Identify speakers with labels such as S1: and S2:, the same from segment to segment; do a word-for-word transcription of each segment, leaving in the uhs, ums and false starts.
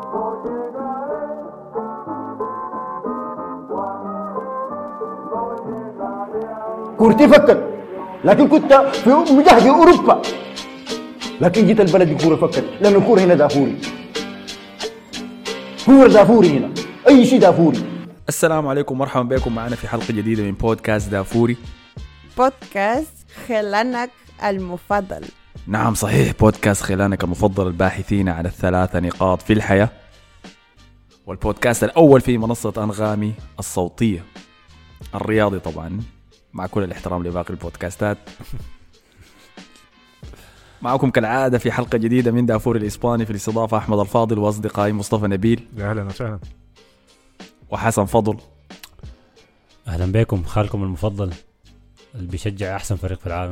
S1: كورتي فكت، لكن كنت في مجهد أوروبا، لكن جيت البلد الكورة فكت، لأن الكورة هنا دافوري، كورة دافوري هنا، أي شيء دافوري.
S2: السلام عليكم، مرحبا بكم معنا في حلقة جديدة من بودكاست دافوري،
S3: بودكاست خلانك المفضل.
S2: نعم صحيح، بودكاست خلانك المفضل، الباحثين عن الثلاثة نقاط في الحياة، والبودكاست الأول في منصة أنغامي الصوتية، الرياضي طبعا، مع كل الاحترام لباقي البودكاستات. معكم كالعادة في حلقة جديدة من دافوري الإسباني، في الاستضافة أحمد الفاضل وأصدقائي مصطفى نبيل.
S4: أهلا وسهلا.
S2: وحسن فضل.
S5: أهلا بكم، خالكم المفضل اللي بيشجع أحسن فريق في العالم.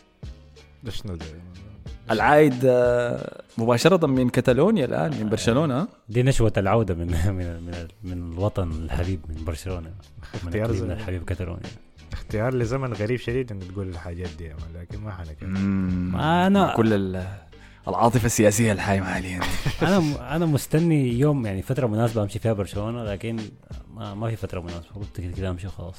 S2: العايد مباشرة من كتالونيا الآن، من برشلونة.
S5: دي نشوة العودة من من من, من الوطن الحبيب، من برشلونة، من الحبيب كتالونيا.
S4: اختيار لزمن غريب شديد ان تقول الحاجات دي، لكن ما حنكمل.
S2: ما انا كل العاطفه السياسيه الحايمه حاليا.
S5: انا انا مستني يوم، يعني فتره مناسبه امشي فيها برشلونه، لكن ما, ما في فتره مناسبه، قلت كده امشي خلاص.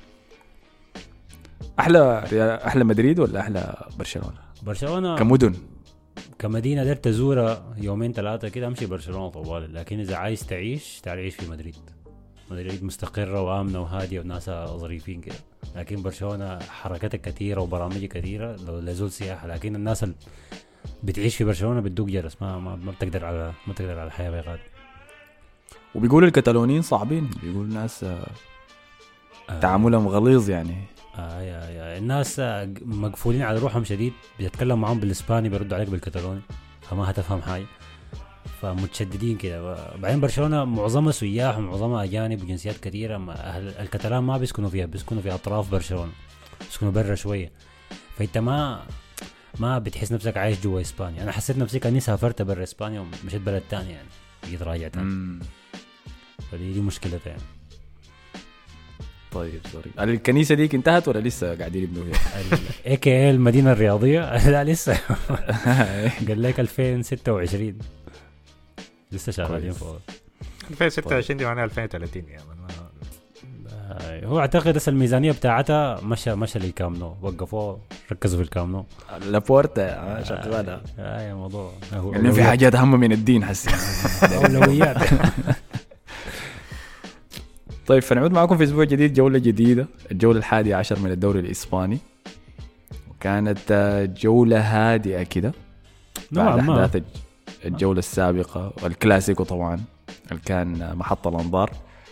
S2: احلى احلى مدريد ولا احلى برشلونه؟
S5: برشلونه
S2: كمدن،
S5: كمدينه دارت ازورها يومين ثلاثه كده، امشي برشلونه طوال. لكن اذا عايز تعيش تعال عيش في مدريد. مدريد مستقره وامنه وهاديه وناسها ظريفين كده. لكن برشلونه حركاتها كثيره وبرامج كثيره لزول سياحه، لكن الناس اللي بتعيش في برشلونه بتدوق جرس، ما ما, ما بتقدر على ما تقدر على الحياه بيغاد.
S2: وبيقولوا الكتالونيين صعبين، بيقولوا الناس آه تعاملهم غليظ يعني.
S5: آه يا يا الناس مقفولين على روحهم شديد، بيتكلم معهم بالاسباني بيردوا عليك بالكتالوني، فما هتفهم حاجه، فمتشددين كده. بعدين برشلونة معظمها سياح ومعظمها أجانب وجنسيات كثيرة. أهل الكتالان ما بيسكنوا فيها، بيسكنوا في أطراف برشلونة، بيسكنوا برا شوية. فأنت ما ما بتحس نفسك عايش جوا إسبانيا. أنا حسيت نفسي كأني سافرت برا إسبانيا ومشيت بلد تاني، يعني جيت راجع تاني. فدي دي مشكلتها يعني.
S2: طيب طيب، الكنيسة ديك انتهت ولا لسه قاعدين يبنوا فيها؟
S5: إيه كي المدينة الرياضية لا لسه. قال لك ألفين وستة وعشرين لسه شغالين فوق.
S4: ألفين وستة وعشرين دي معناها ألفين وثلاثين يعني.
S5: هو اعتقد اس الميزانيه بتاعتها مشى مشى للكامنو، وقفوه ركزوا في الكامنو.
S2: لابورتا شغاله.
S5: اه يا موضوع
S2: يعني في حاجات اهم من الدين حسين.
S5: اولويات.
S2: طيب، فنعود معكم في اسبوع جديد، جوله جديده، الجوله الحادية عشر من الدوري الاسباني. وكانت جوله هادئه كده بعد احداث الجولة السابقة والكلاسيكو طبعا اللي كان محط الأنظار،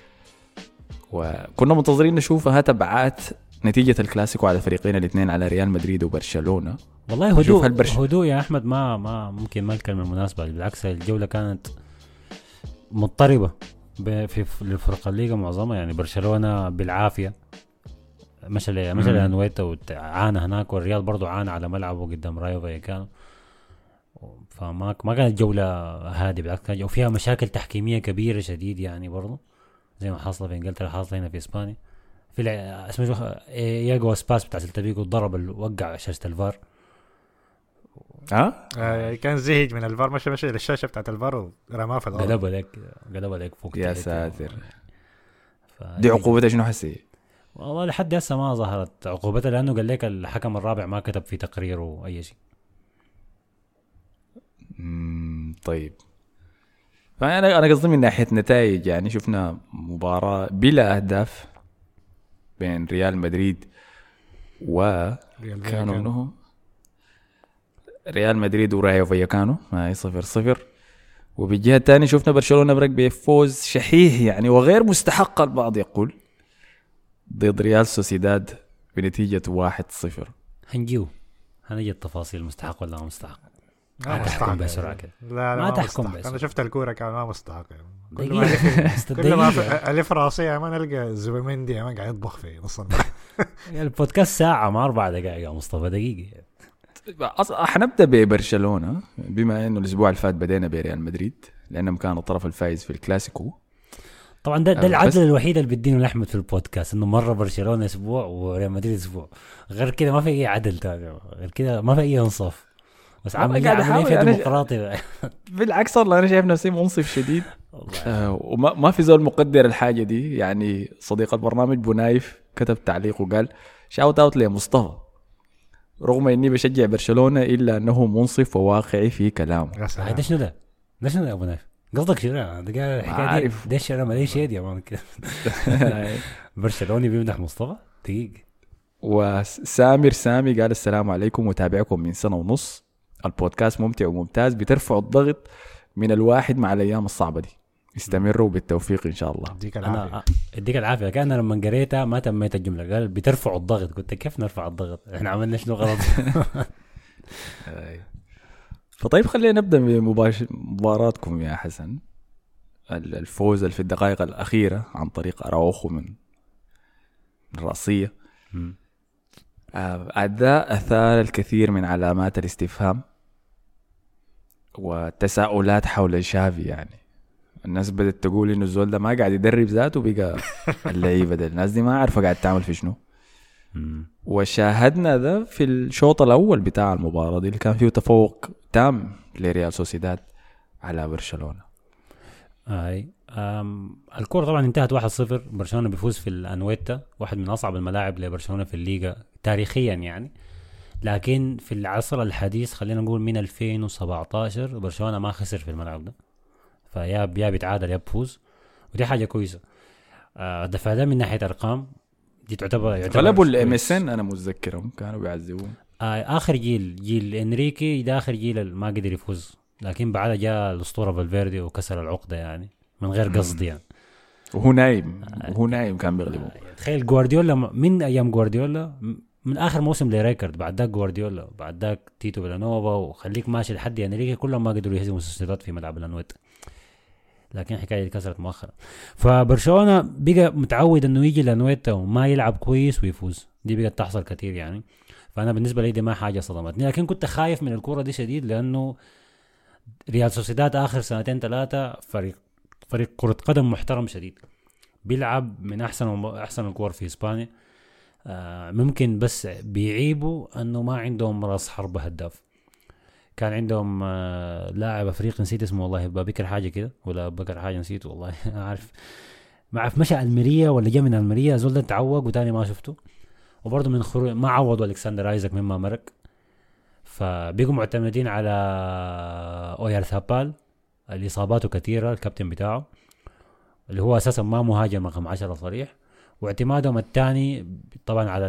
S2: وكنا منتظرين نشوفها تبعات نتيجة الكلاسيكو على الفريقين الاثنين، على ريال مدريد وبرشلونة.
S5: والله هدوء البرش... هدوء يا أحمد، ما ما ممكن ما الكلمة المناسبة، بالعكس الجولة كانت مضطربة في الفرق الليغا معظمها. يعني برشلونة بالعافية مشى ل مشى لأنويتا وعانى هناك، والريال برضو عانى على ملعبه قدام رايو فايكانو. فما ما كانت جولة هادئة، بالعكس كانت وفيها مشاكل تحكيمية كبيرة شديد، يعني برضو زي ما حصل في انجلترا حصل هنا في اسبانيا. في اسمه ياغو اسباس بتاع سيلتا فيغو ضرب وقع شاشة الفار.
S4: ها آه كان زهج من الفار، مشى مشى للشاشة بتاعت الفار ورماه في الارض،
S5: قلبها لك قلبها لك فوق.
S2: يا ساتر، دي عقوبتها شنو حسي؟
S5: والله لحد هسه ما ظهرت عقوبتها، لانه قال لك الحكم الرابع ما كتب في تقريره اي شيء.
S2: امم طيب، فانا انا قصدي من ناحيه نتائج، يعني شفنا مباراه بلا اهداف بين ريال مدريد وكانوا منهم ريال مدريد ورايو فايكانو، هاي صفر صفر. وبالجهه الثانيه شفنا برشلونه برك بفوز شحيح يعني وغير مستحق البعض يقول ضد ريال سوسيداد بنتيجه واحد صفر.
S5: هنجيو هنجي التفاصيل مستحق ولا مستحق.
S4: ما تحكم
S5: بسرعة كده.
S4: لا لا
S5: ما,
S4: ما
S5: تحكم
S4: بسرعة. أنا شفت الكورة كان ما مستحق.
S5: كل ما
S4: كل ما ألف راسية ما نلقى زوبيمندي ما قاعد يطبخ في نص الملعب.
S5: البودكاست ساعة ما أربع دقائق يا مصطفى، دقيقة.
S2: حنبدأ ببرشلونة، بما إنه الأسبوع الفات بدينا بريال مدريد لأنهم كانوا الطرف الفائز في الكلاسيكو.
S5: طبعا ده, ده العدل الوحيد اللي بدينه لأحمد في البودكاست، إنه مرة برشلونة أسبوع وريال مدريد أسبوع، غير كده ما في أي عدل تاني، غير كده ما في أي إنصاف. بس عامل عامل في ديمقراطي.
S2: بالعكس والله انا شايف نفسي منصف شديد. آه وما ما في زول مقدر الحاجه دي. يعني صديق البرنامج بنايف كتب تعليق وقال شاوت اوت لمصطفى رغم اني بشجع برشلونه الا انه منصف وواقعي في كلامه.
S5: هذا شنو ده؟ ده شنو يا ابو نايف؟ قصدك شنو؟ ده الحكايه دي ده الشيء انا ماليش يد يا مان كده. برشلوني بيمدح مصطفى دقيق.
S2: وسامر سامي قال السلام عليكم متابعكم من سنه ونص. البودكاست ممتع وممتاز بترفع الضغط من الواحد مع الايام الصعبه دي. استمروا بالتوفيق ان شاء الله.
S5: اديك العافيه. اديك العافيه. كان لما قريتها ما تميت الجمله قال بترفع الضغط قلت كيف نرفع الضغط احنا عملنا شنو غلط.
S2: فطيب خلينا نبدا بمباراتكم يا حسن. الفوز في الدقائق الاخيره عن طريق اراوخو من الرأسية. أداء أثار الكثير من علامات الاستفهام والتساؤلات حول شافي. يعني الناس بدأت تقول إنه الزول ده ما قاعد يدرب ذاته بقى اللعيبة ده الناس دي ما عارفة قاعد تعمل في شنو. وشاهدنا ده في الشوط الأول بتاع المباراة دي اللي كان فيه تفوق تام لريال سوسيداد على برشلونة.
S5: هاي الكورة طبعا انتهت واحد صفر. برشلونة بيفوز في الأنويتا واحد من أصعب الملاعب لبرشلونة في الليغا تاريخيا يعني. لكن في العصر الحديث خلينا نقول من ألفين وسبعتاشر برشلونة ما خسر في الملعب ده. فيا يا بيتعادل يا بفوز ودي حاجة كويسة. دفع ده من ناحية أرقام دي تعتبر
S2: غلبوا الام اس ان انا متذكرهم كانوا بيعذبون.
S5: آخر جيل جيل انريكي ده آخر جيل ما قدر يفوز. لكن بعدها جاء الأسطورة فالفيردي وكسر العقدة يعني من غير قصد يعني.
S2: وهو نايم وهو نايم كان بيغلبه.
S5: تخيل جوارديولا من أيام جوارديولا من آخر موسم لريكارد بعد ذاك جوارديولا بعد ذاك تيتو فيلانوفا وخليك ماشي لحد انريكي كلهم ما قدروا يهزموا سوسيداد في ملعب الأنويتا. لكن حكاية كسرت مؤخرا. فبرشلونة بقى متعود انه يجي الأنويتا وما يلعب كويس ويفوز. دي بقت تحصل كتير يعني. فأنا بالنسبة لي دي ما حاجة صدمتني. لكن كنت خايف من الكرة دي شديد لأنه ريال سوسيداد آخر سنتين ثلاثة فريق فريق كرة قدم محترم شديد. بيلعب من أحسن أحسن الكور في إسبانيا. آه ممكن بس بيعيبوا أنه ما عندهم رأس حرب هداف. كان عندهم آه لاعب أفريقي نسيت اسمه والله بكر حاجة كده ولا بكر حاجة نسيته والله عارف ما عارف مشى الميريا ولا جاء من الميريا زول ده تعوق وتاني ما شفته. وبرضه من خروج ما عوضوا ألكسندر آيزاك مما مرق. فبيقوا معتمدين على أويارثابال اللي إصاباته كثيرة الكابتن بتاعه اللي هو أساسا ما مهاجم رقم عشرة صريح. واعتمادهم الثاني طبعا على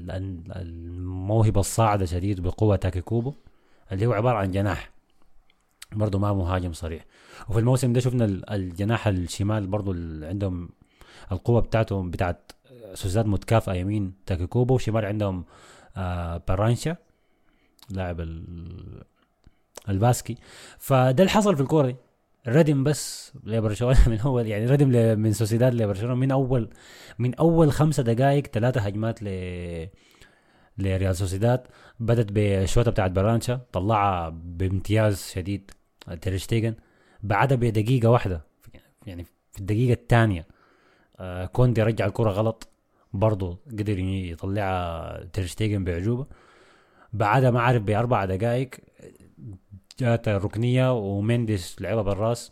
S5: الموهبة الصاعدة شديد بقوة تاكيكوبو اللي هو عبارة عن جناح برضو ما مهاجم صريح. وفي الموسم ده شفنا الجناح الشمال برضو عندهم القوة بتاعتهم بتاعت سوسيداد متكافئة يمين تاكيكوبو وشمال عندهم آه برانشا لاعب الباسكي. فده اللي حصل في الكورة ردم بس لبرشلونة من أول يعني ردم من سوسيداد لبرشلونة من أول من أول خمسة دقائق ثلاثة هجمات ل لريال سوسيداد. بدت بشوطة بتاعت برانشا طلعها بامتياز شديد تير شتيجن. بعدها بدقيقة واحدة يعني في الدقيقة الثانية آه كوندي رجع الكرة غلط برضو قدر يطلعها تير شتيجن بعجوبة. بعدها ما عارف بأربع دقائق جات الركنية ومينديس لعبها بالراس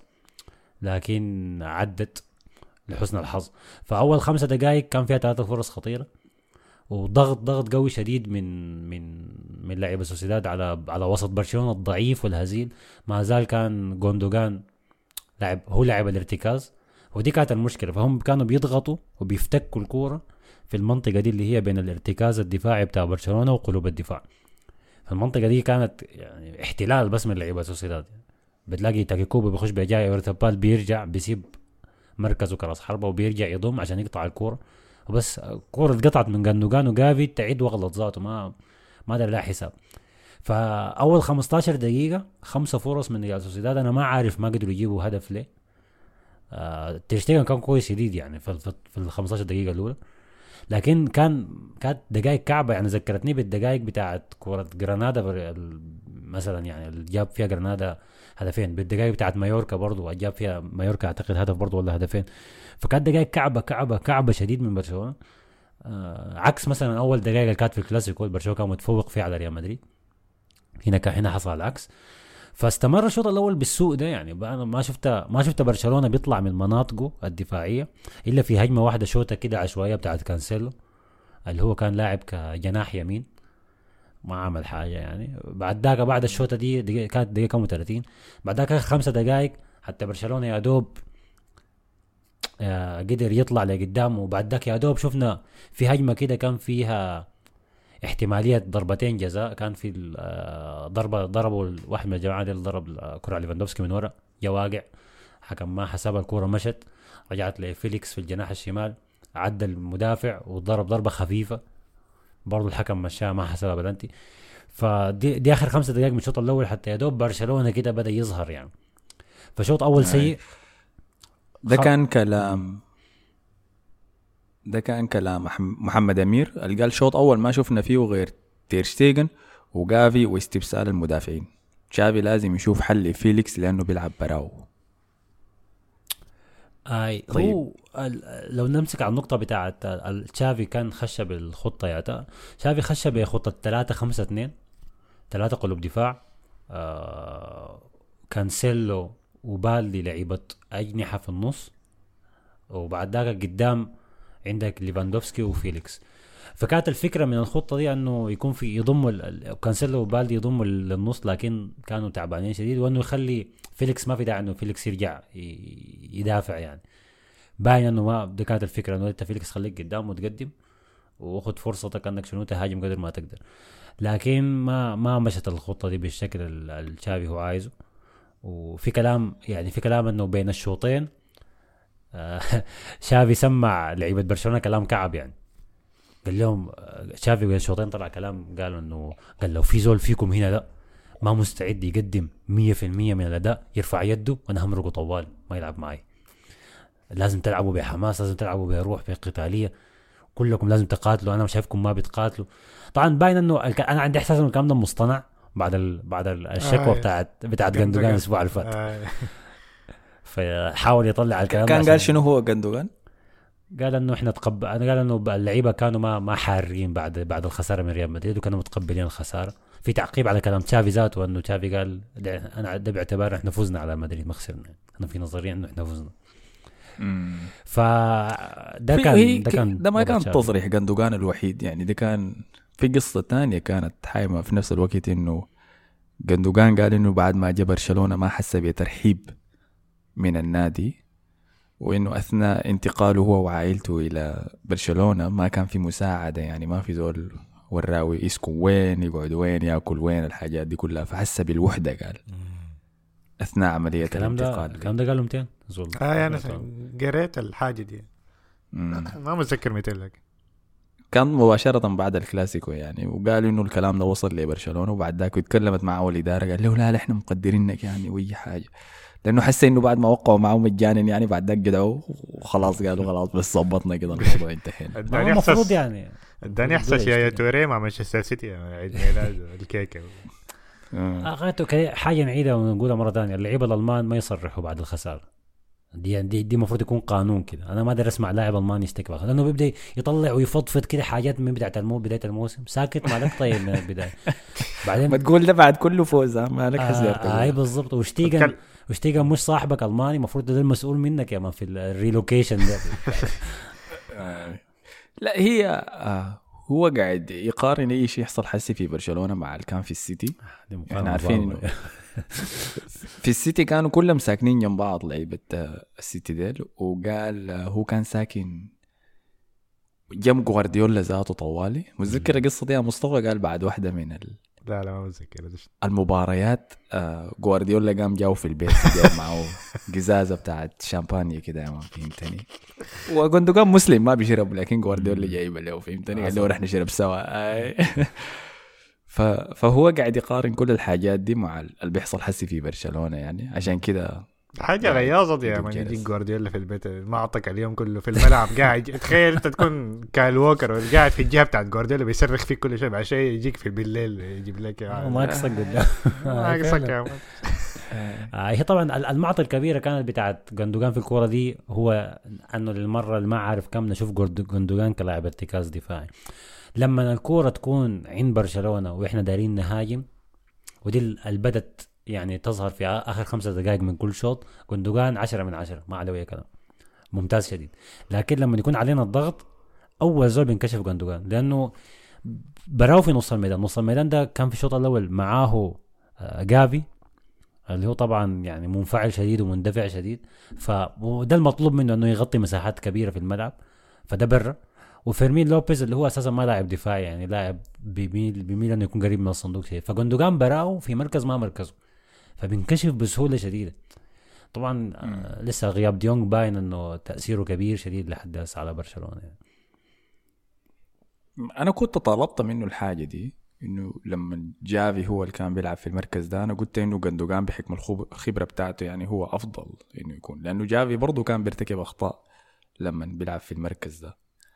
S5: لكن عدت لحسن الحظ. فأول خمسة دقائق كان فيها ثلاثة فرص خطيرة وضغط ضغط قوي شديد من من من لاعب سوسيداد على على وسط برشلونة الضعيف والهزيل. ما زال كان غوندوغان لاعب هو لاعب الارتكاز ودي كانت المشكلة. فهم كانوا بيضغطوا وبيفتكوا الكورة في المنطقة دي اللي هي بين الارتكاز الدفاعي بتاع برشلونة وقلوب الدفاع. المنطقة دي كانت يعني احتلال بس من لعيبة سوسيداد. بتلاقي تاكيكوبو بيخش بيجاي اورتابال بيرجع بيسيب مركزه كراس حربة وبيرجع يضم عشان يقطع الكورة وبس الكورة اتقطعت من غاندوغان وجافي تعيد وغلط ذاته ما ما دار لها حساب. فأول خمستاشر دقيقة خمسة فرص من ريال سوسيداد أنا ما عارف ما قدروا يجيبوا هدف ليه. آه تشتيغن كان كويس شديد يعني في في ال خمستاشر دقيقة الأولى. لكن كان كانت دقائق كعبة يعني ذكرتني بالدقائق بتاعت كرة جرانادا مثلا يعني اللي جاب فيها جرانادا هدفين. بالدقائق بتاعت مايوركا برضو جاب فيها مايوركا اعتقد هدف برضو ولا هدفين. فكانت دقائق كعبة كعبة كعبة شديد من برشلونة آه عكس مثلا اول دقائق اللي كانت في الكلاسيكو برشلونة كان متفوق فيها على ريال مدريد. هنا كان هنا حصل العكس. فاستمر الشوط الاول بالسوء ده يعني. انا ما شفت ما شفت برشلونه بيطلع من مناطقه الدفاعيه الا في هجمه واحده شوطه كده عشوائيه بتاعت كانسيلو اللي هو كان لاعب كجناح يمين ما عمل حاجه يعني. بعد ذاك بعد الشوطه دي, دي كانت دقيقه كم ثلاثين بعد ذاك خمسة دقائق حتى برشلونه يا دوب قدر يطلع لقدام. وبعد ذاك يا دوب شفنا في هجمه كده كان فيها احتماليه ضربتين جزاء. كان في ضربه ضربوا واحد من الجماعه اللي ضرب الكره على ليفاندوفسكي من ورا يا واقع حكم ما حسب الكره مشت رجعت لفيليكس في الجناح الشمال عدى المدافع وضرب ضربه خفيفه برضو الحكم مشاها ما حسبها بلنتي. فدي دي اخر خمسة دقائق من الشوط الاول حتى يا دوب برشلونه كده بدا يظهر يعني. فشوط اول سيء.
S2: ده كان كلام ده كان كلام محمد أمير اللي قال شوط أول ما شفنا فيه غير تيرشتيغن وغافي واستبسال المدافعين. تشافي لازم يشوف حل فيليكس لأنه بيلعب براو.
S5: اي طيب. هو لو نمسك على النقطة بتاعت تشافي كان خش بالخطة يا تشافي خش بخطة ثلاثة خمسة اثنين ثلاثة قلوب دفاع. آه كانسيلو وبالدي لعيبة أجنحة في النص وبعد ذاك قدام عندك ليفاندوفسكي وفيليكس. فكانت الفكرة من الخطة دي أنه يكون في يضم كانسيلو وبالدي يضم للنص لكن كانوا تعبانين شديد وأنه يخلي فيليكس ما في داعي أنه فيليكس يرجع يدافع يعني. باين أنه ما دي كانت الفكرة أنه أنت فيليكس خليك قدام وتقدم وأخذ فرصتك أنك شنو تهاجم قدر ما تقدر. لكن ما ما مشت الخطة دي بالشكل الشافي هو عايزه. وفي كلام يعني في كلام أنه بين الشوطين شافي سمع لعيبة برشلونة كلام كعب يعني. قال لهم شافي بين الشوطين طلع كلام قالوا انه قال لو في زول فيكم هنا لا ما مستعد يقدم مية في المية من الاداء يرفع يده وانا همرقه طوال ما يلعب معي. لازم تلعبوا بحماس لازم تلعبوا بروح بقتالية كلكم لازم تقاتلوا انا شايفكم ما بتقاتلوا. طبعا باين انه انا عندي احساس انه الكلام ده مصطنع بعد ال... بعد الشكوى آه بتاعت بتاعت غندوغان الاسبوع اللي فات. آه فحاول يطلع الكلام
S2: كان قال شنو هو غندوغان؟
S5: قال انه احنا تقبل انا قال انه اللعيبه كانوا ما ما حارين بعد بعد الخساره من ريال مدريد وكانوا متقبلين الخساره. في تعقيب على كلام تشافي ذاته انه تشافي قال انا ده باعتبار احنا فزنا على مدريد ما خسرنا. انا في نظريه انه احنا فزنا. فده كان ده كان
S2: ده ما كان تصريح غندوغان الوحيد يعني. ده كان في قصه ثانيه كانت حايمه في نفس الوقت انه غندوغان قال انه بعد ما جاء برشلونه ما حس بترحيب من النادي وإنه أثناء انتقاله هو وعائلته إلى برشلونة ما كان في مساعدة يعني ما في زول وراوي يسكن وين يقعد وين يأكل وين الحاجات دي كلها فحس بالوحدة قال أثناء عملية الانتقال.
S5: الكلام ده قالوا مئتين زول.
S4: آه يعني قريت الحاجة دي ما متذكر مئتين لك
S2: كان مباشرة بعد الكلاسيكو يعني. وقال إنه الكلام ده وصل لبرشلونة وبعد ذاك اتكلمت معه الإدارة قال له لا لا إحنا مقدرينك يعني وأي حاجة لأنه حس إنه بعد ما وقعوا معه مجانا يعني بعد ذاك جدعوا وخلاص قالوا خلاص بس ضبطنا كده الموضوع انتهينا.
S5: المفروض يعني
S4: اداني إحساس يا توري مع مانشستر سيتي عيد ميلاد الكيكة.
S5: أخذته حاجة نعيدها ونقولها مرة ثانية. اللعيبة الألمان ما يصرحوا بعد الخسارة دي دي دي المفروض يكون قانون كده. أنا ما أدري أسمع لاعب ألماني يشتكي لأنه بيبدأ يطلع ويفضفض كده حاجات من بداية المو بداية الموسم ساكت مالك طيب من البداية
S2: بعدين ما تقول ده بعد كله فوز ما لك حزيرته.
S5: آه هاي بالضبط. وشتيجن وشتيجن مش صاحبك ألماني المفروض ده المسؤول منك يا مان في الريلوكيشن ده.
S2: لا هي آه هو قاعد يقارن اي شيء يحصل حسي في برشلونة مع اللي كان في السيتي. يعني عارفين انه في السيتي كانوا كلهم ساكنين جنب بعض لعيبة السيتي ديل. وقال هو كان ساكن جنب غوارديولا ذاته طوالي. متذكر القصة دي مصطفى قال بعد واحدة من ال...
S4: لا لا ما متذكر
S2: المباريات آه غوارديولا قام جاو في البيت جاو معه قزازة بتاعت شامبانيا كده ما فهمتني. وغندوغان مسلم ما بيشرب لكن غوارديولا جايب له فهمتني قال له رح نشرب سوا. فهو قاعد يقارن كل الحاجات دي مع اللي بيحصل حسي في برشلونة يعني. عشان كده
S4: حاجة غياظة دي يا من يجيك غوارديولا في البيت ما أعطك اليوم كله في الملعب قاعد. تخيل أنت تكون كايل ووكر وقاعد في الجهة بتاعت غوارديولا بيصرخ فيك كل شيء عشان يجيك في بالليل يجيب لك
S5: ما أقصد قدام
S4: ما أقصد يا
S5: هي طبعا المعطى الكبيرة كانت بتاعت غندوغان في الكورة دي هو أنه للمرة اللي ما عارف كم نشوف غندوغان كلاعب ارتكاز دفاعي. لما الكورة تكون عند برشلونة وإحنا دارين نهاجم ودي اللي بدت يعني تظهر في اخر خمسة دقائق من كل شوط. جندوجان عشرة من عشرة ما عليه كلام، ممتاز شديد. لكن لما يكون علينا الضغط اول زول بينكشف جندوجان، لانه براو في نص الميدان. نص الميدان ده كان في الشوط الاول معاه جافي اللي هو طبعا يعني منفعل شديد ومندفع شديد، فده المطلوب منه انه يغطي مساحات كبيره في الملعب، فده برا. وفيرمين لوبيز اللي هو اساسا ما لاعب دفاعي، يعني لاعب بيميل بيميل انه يكون قريب من الصندوق شديد، فجندوجان براو في مركز ما مركزه، فبينكشف بسهوله شديده. طبعا آه لسه غياب ديونج باين انه تاثيره كبير شديد لحد هسه على برشلونه يعني.
S2: انا كنت طالبت منه الحاجه دي، انه لما جافي هو اللي كان بيلعب في المركز ده، انا قلت انه جندوجان بحكم الخبره بتاعته يعني هو افضل انه يكون، لانه جافي برضه كان بيرتكب اخطاء لما بيلعب في المركز ده.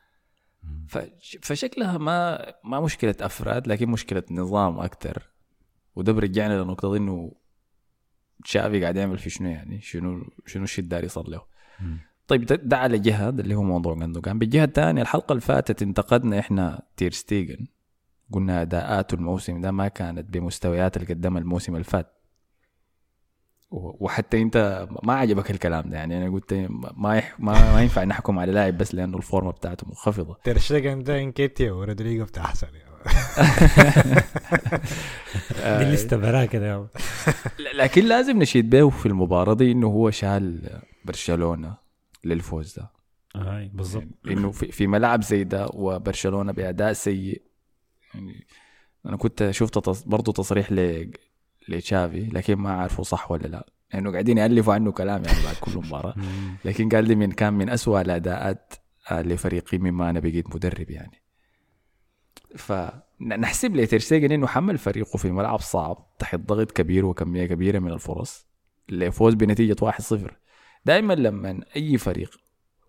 S2: فشكلها ما ما مشكله افراد، لكن مشكله نظام اكتر. وده برجعنا لنقطه دي انه جافي قاعد يعمل في شنو، يعني شنو شنو الشيء الداري يصير له. طيب ده على جهه اللي هو موضوع جندوجان. بالجهه الثانيه الحلقه اللي فاتت انتقدنا احنا تير ستيغن، قلنا اداءاته الموسم ده ما كانت بمستويات اللي قدمها الموسم اللي فات، وحتى انت ما عجبك الكلام ده. يعني انا قلت ما يح... ما, ما ينفع نحكم على لاعب بس لانه الفورمه بتاعته منخفضه.
S4: تير ستيغن ده انكيتيا ورودريجو بتاع احسن
S5: دي لسه برا كده.
S2: لكن لازم نشيد به في المباراه دي انه هو شال برشلونه للفوز ده.
S5: اي بالضبط،
S2: يعني انه في, في ملعب زي ده وبرشلونه باداء سيء. يعني انا كنت شفت تص... برضو تصريح ل لتشافي، لكن ما عارفه صح ولا لا، لانه يعني قاعدين يالفوا عنه كلام يعني بعد كل مباراه. لكن قال لي من كان من أسوأ الاداءات لفريقي مما انا بقيت مدرب يعني. فنحسب لتير ستيغن انه حمل فريقه في ملعب صعب تحت ضغط كبير وكميه كبيره من الفرص لفوز بنتيجه واحد صفر. دائما لما اي فريق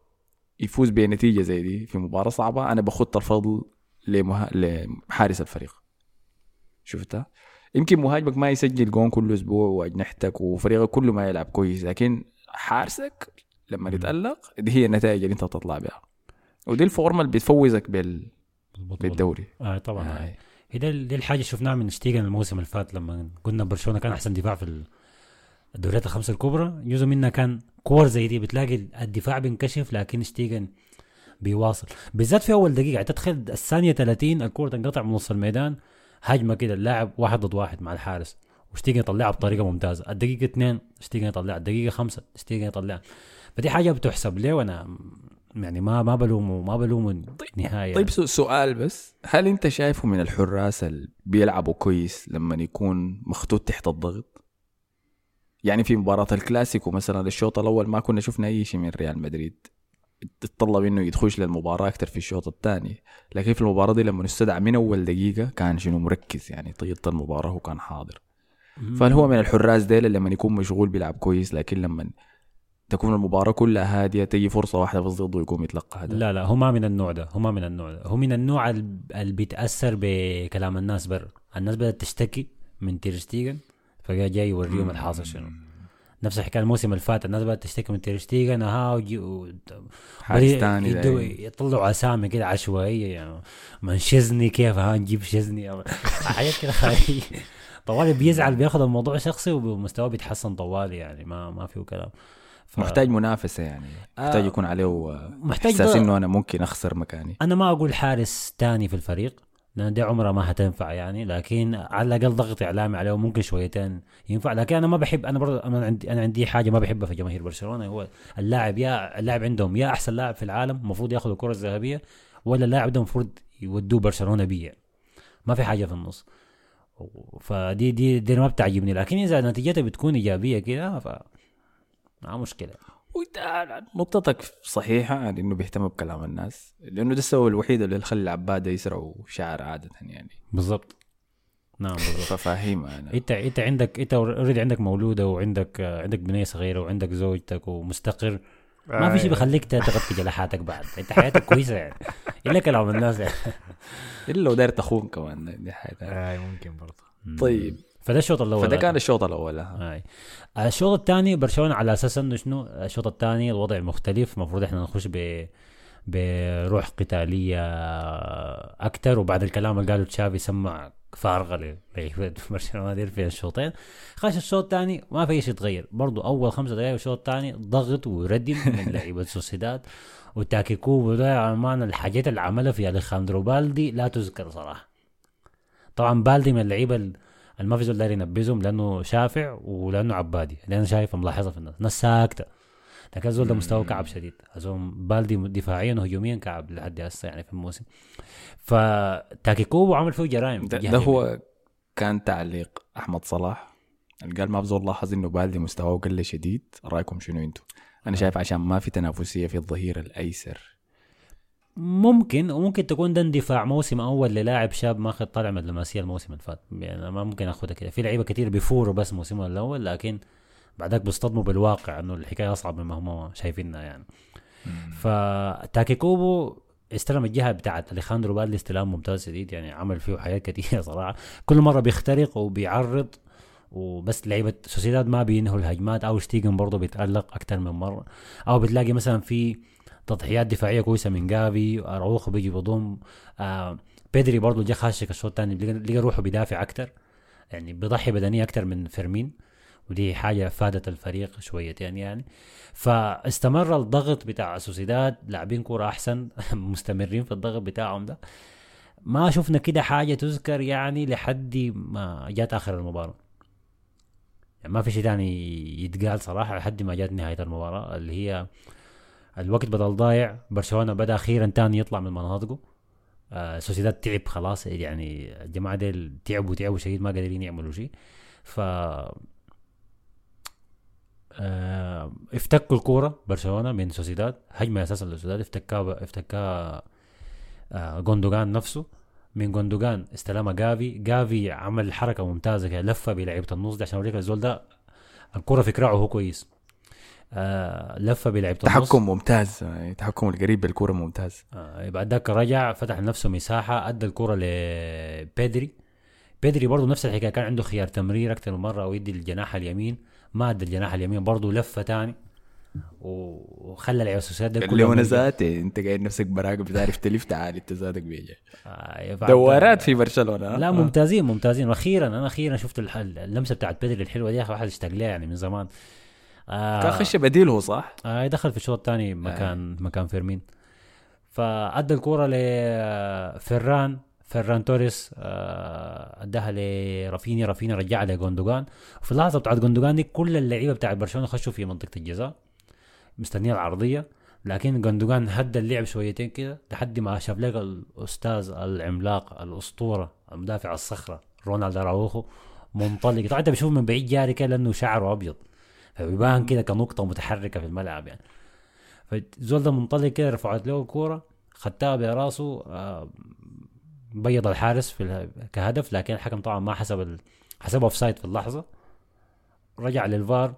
S2: يفوز بنتيجه زي دي في مباراه صعبه انا بخط الفضل لمه... لحارس الفريق. شفتها؟ يمكن مهاجمك ما يسجل جون كل اسبوع واجنحتك وفريقك كله ما يلعب كويس، لكن حارسك لما يتألق دي هي النتائج اللي انت تطلع بها، ودي الفورمه اللي بتفوزك بال بالدوري.
S5: اه طبعا آه. هي ده دي الحاجه شفناها من شتيغن الموسم اللي فات لما قلنا برشلونه كان احسن دفاع في الدوريات الخمسه الكبرى. جزء منها كان كور زي دي بتلاقي الدفاع بينكشف، لكن شتيغن بيواصل بالذات في اول دقيقه. تدخل الثانيه ثلاثين الكره تنقطع من نص الميدان، هجمه كده اللاعب واحد ضد واحد مع الحارس وشتيغن يطلعها بطريقه ممتازه. الدقيقه اثنين شتيغن يطلعها، الدقيقه خمسة شتيغن يطلعها. فدي حاجه بتحسب ليه، وانا يعني ما ما بلومه ما بلومه نهايه.
S2: طيب سؤال بس، هل انت شايفه من الحراس اللي بيلعبوا كويس لما يكون مخطوط تحت الضغط؟ يعني في مباراه الكلاسيكو مثلا الشوط الاول ما كنا شفنا اي شيء من ريال مدريد، تطلب انه يدخلش للمباراه اكثر في الشوط الثاني، لكن في المباراه دي لما نستدعى من اول دقيقه كان شنو مركز، يعني طيله المباراه وكان حاضر. فهل هو من الحراس ديل اللي لما يكون مشغول بيلعب كويس، لكن لما تكون المباراه كلها هاديه تيجي فرصه واحده بس ضده يقوم يتلقى هذا؟
S5: لا لا هو ما من النوع ده، هو ما من النوع ده، هو من النوع اللي بيتاثر بكلام الناس برا. الناس بدات تشتكي من تير شتيغن فجاء جاي يوريهم الحاصل شنو. نفس الحكايه الموسم اللي فات الناس بدات تشتكي من تير شتيغن، ها وجي
S2: حارس ثاني
S5: يطلعوا اسامي كده عشوائيه، يعني من شزني كيف ها نجيب شزني حاجات كده خارجيه. طوالي بيزعل بياخذ الموضوع شخصي ومستواه بيتحسن طوالي، يعني ما ما فيه كلام.
S2: ف... محتاج منافسه، يعني محتاج يكون عليه احساس انه انا ممكن اخسر مكاني.
S5: انا ما اقول حارس تاني في الفريق لأن دي عمرها ما هتنفع يعني، لكن على الأقل ضغط إعلامي عليه ممكن شويتين ينفع. لكن أنا ما بحب، أنا برضه أنا عندي أنا عندي حاجة ما بحبها في جماهير برشلونة، هو اللاعب يا اللاعب عندهم يا أحسن لاعب في العالم المفروض يأخذ الكرة الذهبية، ولا اللاعب ده المفروض يودوه برشلونة بيه، ما في حاجة في النص. فدي دي دي ما بتعجبني، لكن إذا نتيجتها بتكون إيجابية كده ف ما مشكلة.
S2: نقطتك صحيحة عن إنه بيهتم بكلام الناس، لأنه ده السبب الوحيد اللي خلى العبادة يسرعوا شعر عادة يعني.
S5: بالضبط. نعم بالضبط.
S2: ففاهمة أنا.
S5: أنت أنت عندك أنت أوريدي عندك مولودة وعندك عندك بنية صغيرة وعندك زوجتك ومستقر، ما في شيء بخليك تغطي جلحاتك بعد. أنت حياتك كويسة يعني، إلا كلام الناس يعني.
S2: إلا لو داير تخون كمان دي حاجة.
S4: آه ممكن برضه.
S2: طيب.
S5: فده الشوط الأول.
S2: فده كان الشوط الأول.
S5: هاي. الشوط الثاني برشلونة على أساس إنه شنو الشوط الثاني الوضع مختلف، المفروض إحنا نخش ب بروح قتالية أكتر. وبعد الكلام اللي قاله تشافي سمع فارغه لعيبه برشلونه دير في الشوطين. خش الشوط الثاني ما في شيء يتغير برضو، اول خمسة دقائق والشوط الثاني ضغط ويردم من لعيبه سوسيداد. وتاكيكوبو ده عمان الحاجات اللي عملها في اليخاندرو بالدي لا تذكر صراحه. طبعا بالدي من اللعيبه اللي ما في زول داري ينبذهم لانه شافع ولانه عبادي، لانه شايف ملاحظه في الناس ناس ساكته، لكن الزول ده مستوى كعب شديد. أزوم بالدي دفاعيا وهجوميا كعب لحد هسه يعني في الموسم. فتاكيكوبو عمل فيه جرائم.
S2: ده, ده هو كان تعليق أحمد صلاح قال ما بزول لاحظ إنه بالدي مستواه قل شديد. رأيكم شنو أنتوا؟ أنا شايف عشان ما في تنافسية في الظهير الأيسر
S5: ممكن، وممكن تكون ده اندفاع موسم أول للاعب شاب ما خد طالع من اللماسية الموسم اللي فات. يعني ما ممكن أخذها كده. في لعيبة كتير بيفوروا بس موسمهم الأول، لكن بعدك بيصطدموا بالواقع انه الحكايه اصعب مما هم شايفينها يعني. فتاكيكوبو استلم الجهه بتاعت اليخاندرو بالدي استلام ممتاز جديد يعني، عمل فيه حاجات كتير صراحه. كل مره بيخترق وبيعرض، وبس لعيبه سوسيداد ما بينهوا الهجمات. او شتيجن برضه بيتالق اكتر من مره، او بتلاقي مثلا في تضحيات دفاعيه كويسه من جافي. اراوخو بيجي بضم آه بيدري برضه جا خاشك الشوط الثاني، لقى روحه بيدافع اكتر يعني، بيضحي بدنيا اكتر من فيرمين، ودي حاجة فادت الفريق شويتين يعني. فاستمر الضغط بتاع سوسيداد، لاعبين كورة أحسن مستمرين في الضغط بتاعهم ده. ما شفنا كده حاجة تذكر يعني لحد ما جات آخر المباراة يعني. ما في شيء تاني يتقال صراحة لحد ما جات نهاية المباراة اللي هي الوقت بدل ضايع. برشلونة بدأ أخيرا تاني يطلع من مناطقه. آه سوسيداد تعب خلاص يعني، الجماعة دي تعبوا تعبوا شديد ما قادرين يعملوا شيء. ف اه افتكوا الكورة برشلونة من سوسيداد، هجمة أساسا لسوسيداد افتكا افتكا اه غوندوغان نفسه. من غوندوغان استلمها جافي، جافي عمل حركة ممتازة كده، لفة بلعيبة النص ده عشان أوريك الزول ده الكورة في كراعه هو كويس. آه لفة بلعيبة النص،
S2: تحكم ممتاز، تحكم القريب بالكورة ممتاز.
S5: آه بعد ذاك رجع فتح لنفسه مساحة، أدى الكورة لبيدري. بيدري برضو نفس الحكاية، كان عنده خيار تمرير أكتر من مرة أو يدي الجناح اليمين، ما ادى الجناح اليمين برضو لفه تاني وخلى العيال سوسيداد
S2: اللي وانا ذاتي انت قاعد نفسك براقب بتعرف تلف تعالي انت ذاتك بيجي
S5: آه
S2: دوارات في برشلونه.
S5: لا ممتازين ممتازين. واخيرا انا اخيرا شفت اللمسه بتاعت بيدري الحلوه دي، واحد اشتاق لها يعني من زمان.
S2: آه كان خش بديل هو صح؟
S5: اه يدخل في الشوط الثاني مكان آه. مكان فيرمين. فادى الكوره لفيران فيران توريس، اداها لرافينيا، رافينيا رجعها لغوندوغان. وفي اللحظه بتاعت غوندوغان دي كل اللعيبه بتاعت برشلونه خشوا في منطقه الجزاء مستنيه العرضيه، لكن غوندوغان هدى اللعب شويتين كده لحد ما شاف لك الاستاذ العملاق الاسطوره المدافع الصخره رونالدو اراوخو منطلق. طبعا انت بتشوف من بعيد جاري كده لانه شعره ابيض فبيبان كده كنقطه متحركه في الملعب يعني. فالزول ده منطلق كده، رفعت له الكوره خدتها براسه، آه بيض الحارس في كهدف، لكن الحكم طبعا ما حسب ال... حسبها اوفسايد في اللحظه، رجع للفار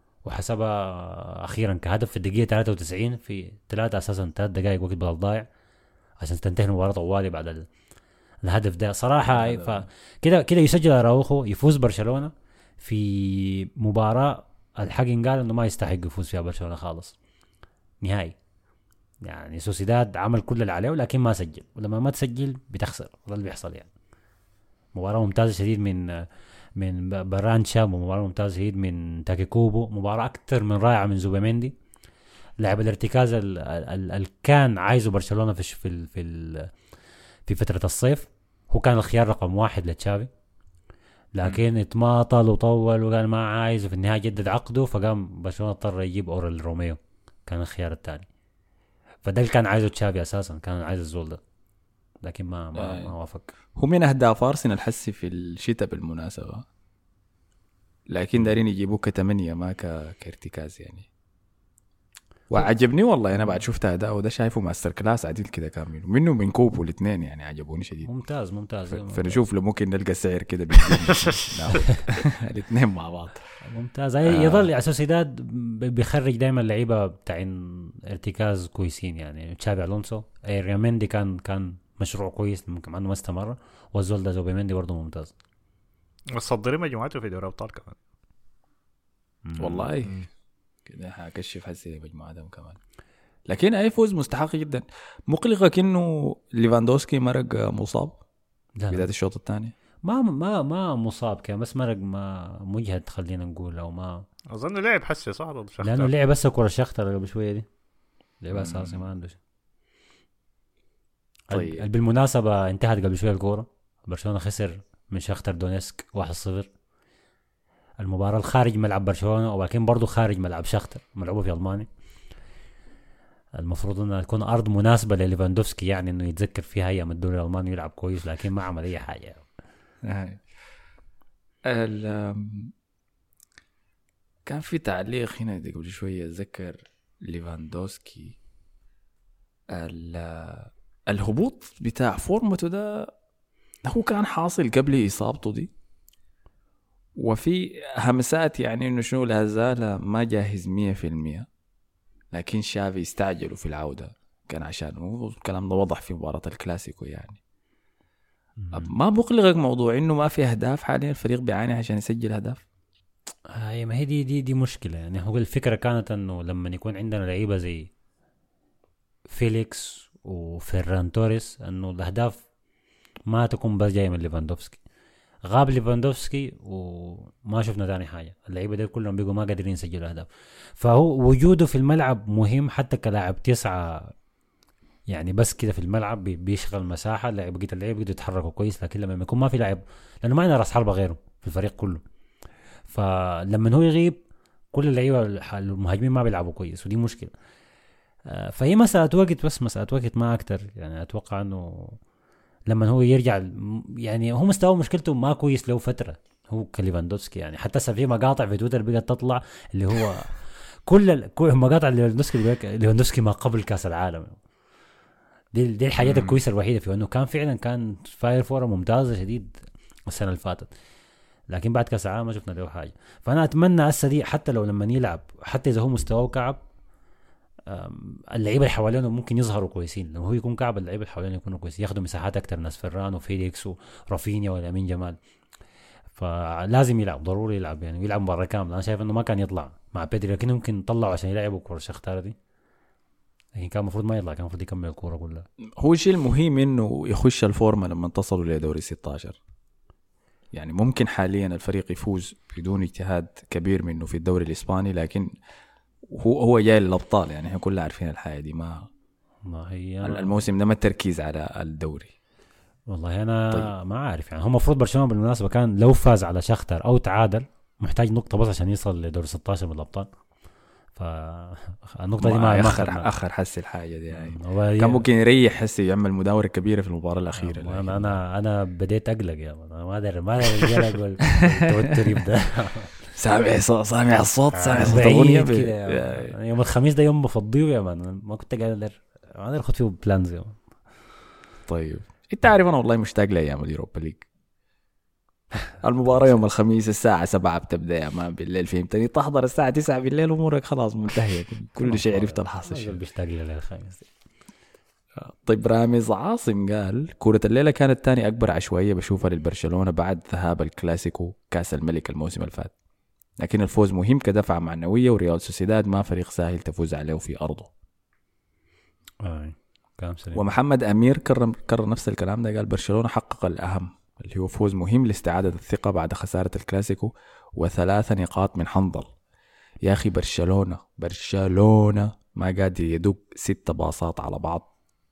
S5: وحسبها اخيرا كهدف في الدقيقه ثلاثة وتسعين في ثلاثة اساسا ثلاث دقائق وقت بدل ضايع عشان تنتهي المباراه طوالي بعد ال... الهدف ده صراحه. فكده كده يسجل اراوخو، يفوز برشلونه في مباراه الحق قال انه ما يستحق يفوز فيها برشلونه خالص نهائي يعني. سوسيداد عمل كل اللي عليه لكن ما سجل، ولما ما تسجل بتخسر، وده اللي بيحصل يعني. مباراة ممتازة شديد من من برانشا، ومباراة ممتازة شديد من تاكيكوبو، مباراة أكثر من رائعة من زوبيميندي. لعب الارتكاز اللي كان عايزه برشلونة في في في في فترة الصيف، هو كان الخيار رقم واحد لتشافي، لكن اتماطل وطول وقال ما عايز، وفي النهاية جدد عقده، فقام برشلونة اضطر يجيب أوريل روميو كان الخيار الثاني. فده اللي كان عايزه تشافي اساسا، كان عايز الزول ده لكن ما ما, آه. ما وافق.
S2: هو من اهداف ارسنال الحسي في الشتاء بالمناسبه، لكن دارين يجيبوه كتمنية ما كارتكاز يعني. وعجبني والله انا بعد شفت اداء وده شايفه ماستر كلاس عديل كده كامل منه من كوبو الاثنين يعني، عجبوني شديد.
S5: ممتاز ممتاز.
S2: فنشوف لو ممكن نلقى سعر كده الاثنين مع بعض.
S5: ممتاز. يظل آه. سوسيداد بيخرج دائما لعيبه بتاعين ارتكاز كويسين يعني. تشافي الونسو، رياميندي كان كان مشروع كويس ممكن انه ما استمر، والزول ده زوبيميندي برضه ممتاز.
S4: مصدرين مجموعته في دوري ابطال كمان
S2: والله كده هكشف حسي مجموعتهم كمان. لكن اي فوز مستحق جدا. مقلقك انه ليفاندوسكي مرق مصاب بداية الشوط الثاني.
S5: ما ما ما مصاب كان بس مرق ما مجهد خلينا نقول او ما
S4: اظن لعب حسي صح ضد شختر
S5: لانه لعب بس كره شختر قبل شويه دي لعب اساسي ما عنده شيء. طيب بالمناسبه انتهت قبل شويه الكوره برشلونه خسر من شختر دونيسك واحد صفر. المباراه الخارج ملعب برشلونه ولكن برضو خارج ملعب شختر ملعوبه في المانيا. المفروض انها تكون ارض مناسبه لليفاندوفسكي يعني انه يتذكر فيها ايام الدوري الالماني ويلعب كويس لكن ما عمل اي حاجه.
S2: كان في تعليق هنا قبل شويه ذكر ليفاندوفسكي الهبوط بتاع فورمته ده هو كان حاصل قبل اصابته دي وفي همسات يعني انه شنو لا زال ما جاهز مية في المية لكن شافي استعجلوا في العودة كان عشان الكلام ده وضح في مباراة الكلاسيكو يعني. ما بقلقك موضوع انه ما في اهداف حاليا الفريق بيعاني عشان يسجل هدف؟
S5: هاي ما هي دي دي دي مشكلة يعني. هو الفكرة كانت انه لما يكون عندنا لعيبة زي فيليكس وفيران توريس انه الاهداف ما تكون بس جاية من ليفاندوفسكي. غاب ليفاندوفسكي وما شفنا ثاني حاجة. اللعيبة دول كلهم بيقوا ما قادرين يسجلوا أهداف. فهو وجوده في الملعب مهم حتى كلاعب تسعة يعني بس كده في الملعب بيشغل مساحة لاعب بقيت اللعيبة بيقدروا يتحركوا كويس لكن لما يكون ما في لاعب لأنه ما عندنا رأس حربة غيره في الفريق كله فلما هو يغيب كل اللعيبة المهاجمين ما بيلعبوا كويس ودي مشكلة. فهي مسألة وقت بس مسألة وقت ما أكتر يعني. أتوقع أنه لما هو يرجع يعني هو مستوى مشكلته ما كويس له فترة هو كليفاندوفسكي يعني. حتى في مقاطع في تويتر بقت تطلع اللي هو كل كل مقاطع ليفاندوفسكي ليفاندوفسكي ما قبل كأس العالم. دي دي الحاجات الكويسة الوحيدة فيه انه كان فعلا كان فاير فورة ممتازة شديد السنة اللي فاتت لكن بعد كأس العالم ما شفنا له حاجة. فأنا أتمنى هسه دي حتى لو لما يلعب حتى إذا هو مستواه كعب اللعيبه اللي حوالينه ممكن يظهروا كويسين. لما هو يكون كعب اللعيبه اللي حوالينه يكونوا كويسين ياخدوا مساحات اكتر ناس فيران وفيليكس ورافينيا ولامين جمال. فلازم يلعب ضروري يلعب يعني ويلعب مباراه كامله. انا شايف انه ما كان يطلع مع بيدري لكن ممكن طلعوا عشان يلعبوا كره شختار دي لكن كان المفروض ما يطلع كان المفروض يكمل الكوره كلها.
S2: هو الشيء المهم انه يخش الفورمه لما تصلوا لدوري ستة عشر يعني. ممكن حاليا الفريق يفوز بدون اجتهاد كبير منه في الدوري الاسباني لكن هو هو جاي للابطال يعني. احنا كلنا عارفين الحياه دي ما
S5: ما هي
S2: الموسم ده ما التركيز على الدوري.
S5: والله انا طيب. ما عارف يعني. هو المفروض برشلونه بالمناسبه كان لو فاز على شختر او تعادل محتاج نقطه بس عشان يوصل لدور ستة عشر من الابطال. فالنقطه دي ما
S2: اخر اخر حس الحاجه دي يعني. كان ممكن يريح حس يعمل مداوره كبيره في المباراه الاخيره.
S5: انا انا انا بديت اقلق يا انا ما ادري ما ادري القلق والتوتر يبدا.
S2: سامع سامع الصوت سامع صوت
S5: الاغنيه يوم الخميس ده يوم بفضيه يا مان. ما كنت قادر ما اقدر اخذ فيه بلانز يا مان.
S2: طيب انت عارف انا والله مشتاق لايام اليوروبا ليج. المباراه يوم الخميس الساعه سبعة بتبدا يا مان بالليل فهمتني. تحضر الساعه تسعة بالليل امورك خلاص منتهيه كل شيء عرفت الحاصل شيء.
S5: بيشتاق لي الخميس.
S2: طيب رامز عاصم قال كرة الليلة كانت تاني أكبر عشوائية بشوفها للبرشلونة بعد ذهاب الكلاسيكو كاس الملك الموسم اللي فات لكن الفوز مهم كدفعة معنوية وريال سوسيداد ما فريق ساهل تفوز عليه في أرضه.
S5: آه.
S2: ومحمد أمير كرر, كرر نفس الكلام ده قال برشلونة حقق الأهم اللي هو فوز مهم لاستعادة الثقة بعد خسارة الكلاسيكو وثلاثة نقاط من حنظل. يا أخي برشلونة برشلونة ما قادر يدق ستة باصات على بعض.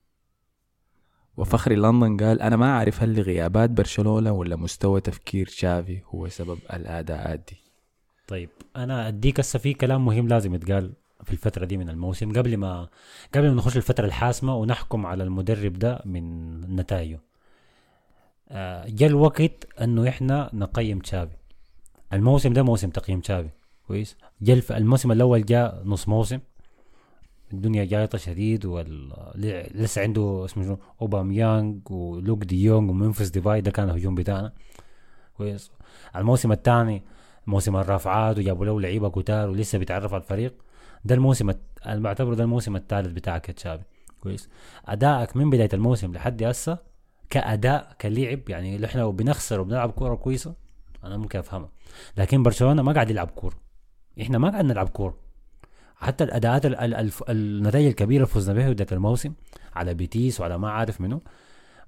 S2: وفخري لندن قال أنا ما أعرف هل غيابات برشلونة ولا مستوى تفكير شافي هو سبب الأداءات دي.
S5: طيب أنا أديك هسه في كلام مهم لازم يتقال في الفترة دي من الموسم قبل ما قبل ما نخش الفترة الحاسمة ونحكم على المدرب ده من نتائجه. جاء الوقت أنه إحنا نقيم تشافي. الموسم ده موسم تقييم تشافي كويس. جاء الموسم الأول جاء نص موسم الدنيا جايطة شديد ولسه عنده اسمه أوباميانغ ولوك دي يونغ ومنفس ديفاي ده كان الهجوم بتاعنا كويس. الموسم الثاني موسم الرافعات وجابوا له لعيبة كتار ولسه بيتعرف على الفريق. ده الموسم انا بعتبره ده الموسم الثالث بتاعك يا تشافي كويس. ادائك من بدايه الموسم لحد هسه كاداء كلعب يعني اللي احنا بنخسر وبنلعب كوره كويسه انا ممكن افهمها لكن برشلونه ما قاعد يلعب كوره. احنا ما قاعد نلعب كوره. حتى الاداءات النتائج الكبيره فزنا بها بدايه الموسم على بيتيس وعلى ما عارف منه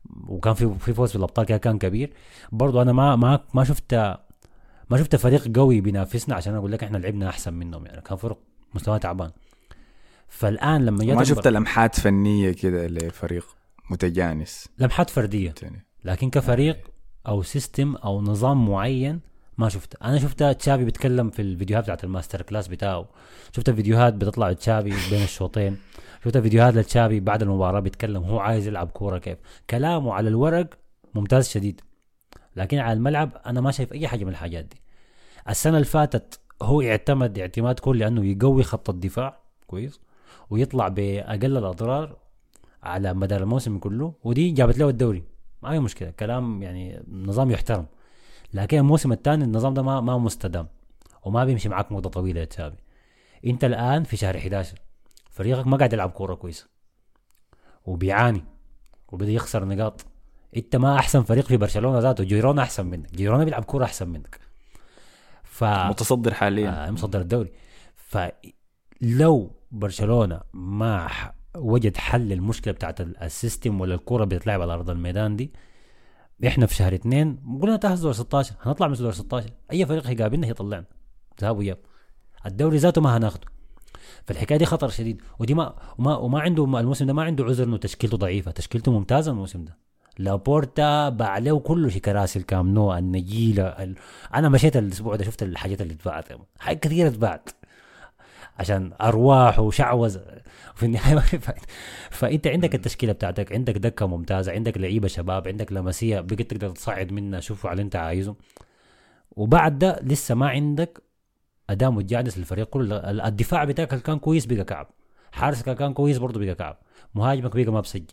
S5: وكان في في فوز في الابطال كان كبير برضو. انا ما ما ما شفت ما شفت فريق قوي بينافسنا عشان اقول لك احنا لعبنا احسن منهم يعني. كان فرق مستوى تعبان. فالان لما
S2: ما شفت لمحات فنيه كده لفريق متجانس،
S5: لمحات فرديه تاني. لكن كفريق او سيستم او نظام معين ما شفت. انا شفت تشافي بيتكلم في الفيديوهات بتاعت الماستر كلاس بتاعه، شفت فيديوهات بتطلع تشافي بين الشوطين، شفت فيديوهات لتشافي بعد المباراه بيتكلم هو عايز يلعب كوره كيف. كلامه على الورق ممتاز شديد، لكن على الملعب انا ما شايف اي حاجه من الحاجات دي. السنه اللي فاتت هو اعتمد اعتماد كلي لانه يقوي خط الدفاع كويس ويطلع باقل الاضرار على مدار الموسم كله، ودي جابت له الدوري. ما هي مشكله، كلام يعني نظام يحترم. لكن الموسم الثاني النظام ده ما ما مستدام وما بيمشي معك مده طويله يا تشافي. انت الان في شهر احد عشر فريقك ما قاعد يلعب كوره كويسه وبيعاني وبدا يخسر نقاط. انت ما احسن فريق في برشلونه ذاته، جيرونا احسن منك، جيرونا بيلعب كوره احسن منك. ف
S2: متصدر حاليا
S5: آه متصدر الدوري. فلو برشلونه ما وجد حل المشكله بتاعت السيستم ولا الكوره بتتلعب على ارض الميدان دي، احنا في شهر اثنين قلنا تحت دور ستة عشر هنطلع من دور ستة عشر. اي فريق هيقابلنا هيطلعنا ذهاب وياب. الدوري ذاته ما هناخده. فالحكايه دي خطر شديد. ودي ما وما, وما عنده الموسم ده ما عنده عذر انه تشكيلته ضعيفه، تشكيلته ممتازه الموسم ده. لابورتا باع له كله شيء، كراسي الكامنو النجيله ال... انا مشيت الاسبوع ده شفت الحاجات اللي اتباعت، حاجات كثيره اتباعت عشان ارواح وشعوذ في النهايه ما في فايده. فانت عندك التشكيله بتاعتك، عندك دكه ممتازه، عندك لعيبه شباب، عندك لمسيه بقيت تقدر تصعد منها، شوفوا على اللي انت عايزه. وبعد ده لسه ما عندك اداء متجانس للفريق كله. الدفاع بتاعك كان كويس بقى كعب، حارسك كان كويس برضه بقى كعب، مهاجمك بقى ما بسجل.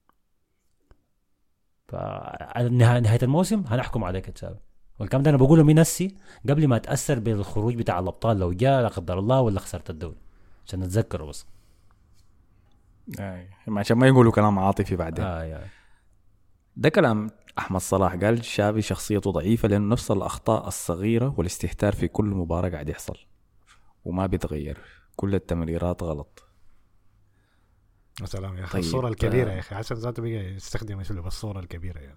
S5: فنهايه الموسم هنحكم عليك تشافي. والكلام ده انا بقوله من نفسي قبل ما اتاثر بالخروج بتاع الابطال لو جاء لا قدر الله ولا خسرت الدوري، عشان نتذكره بس.
S2: اي عشان ما يقولوا كلام عاطفي بعدين.
S5: آه آه.
S2: ده كلام احمد صلاح، قال شافي شخصيته ضعيفه لانه نفس الاخطاء الصغيره والاستهتار في كل مباراه قاعد يحصل وما بيتغير، كل التمريرات غلط.
S4: سلام يا اخي.
S2: طيب
S4: الصوره الكبيره يا اخي حسن ذاته بقى يستخدم اسلوب الصوره الكبيره يعني.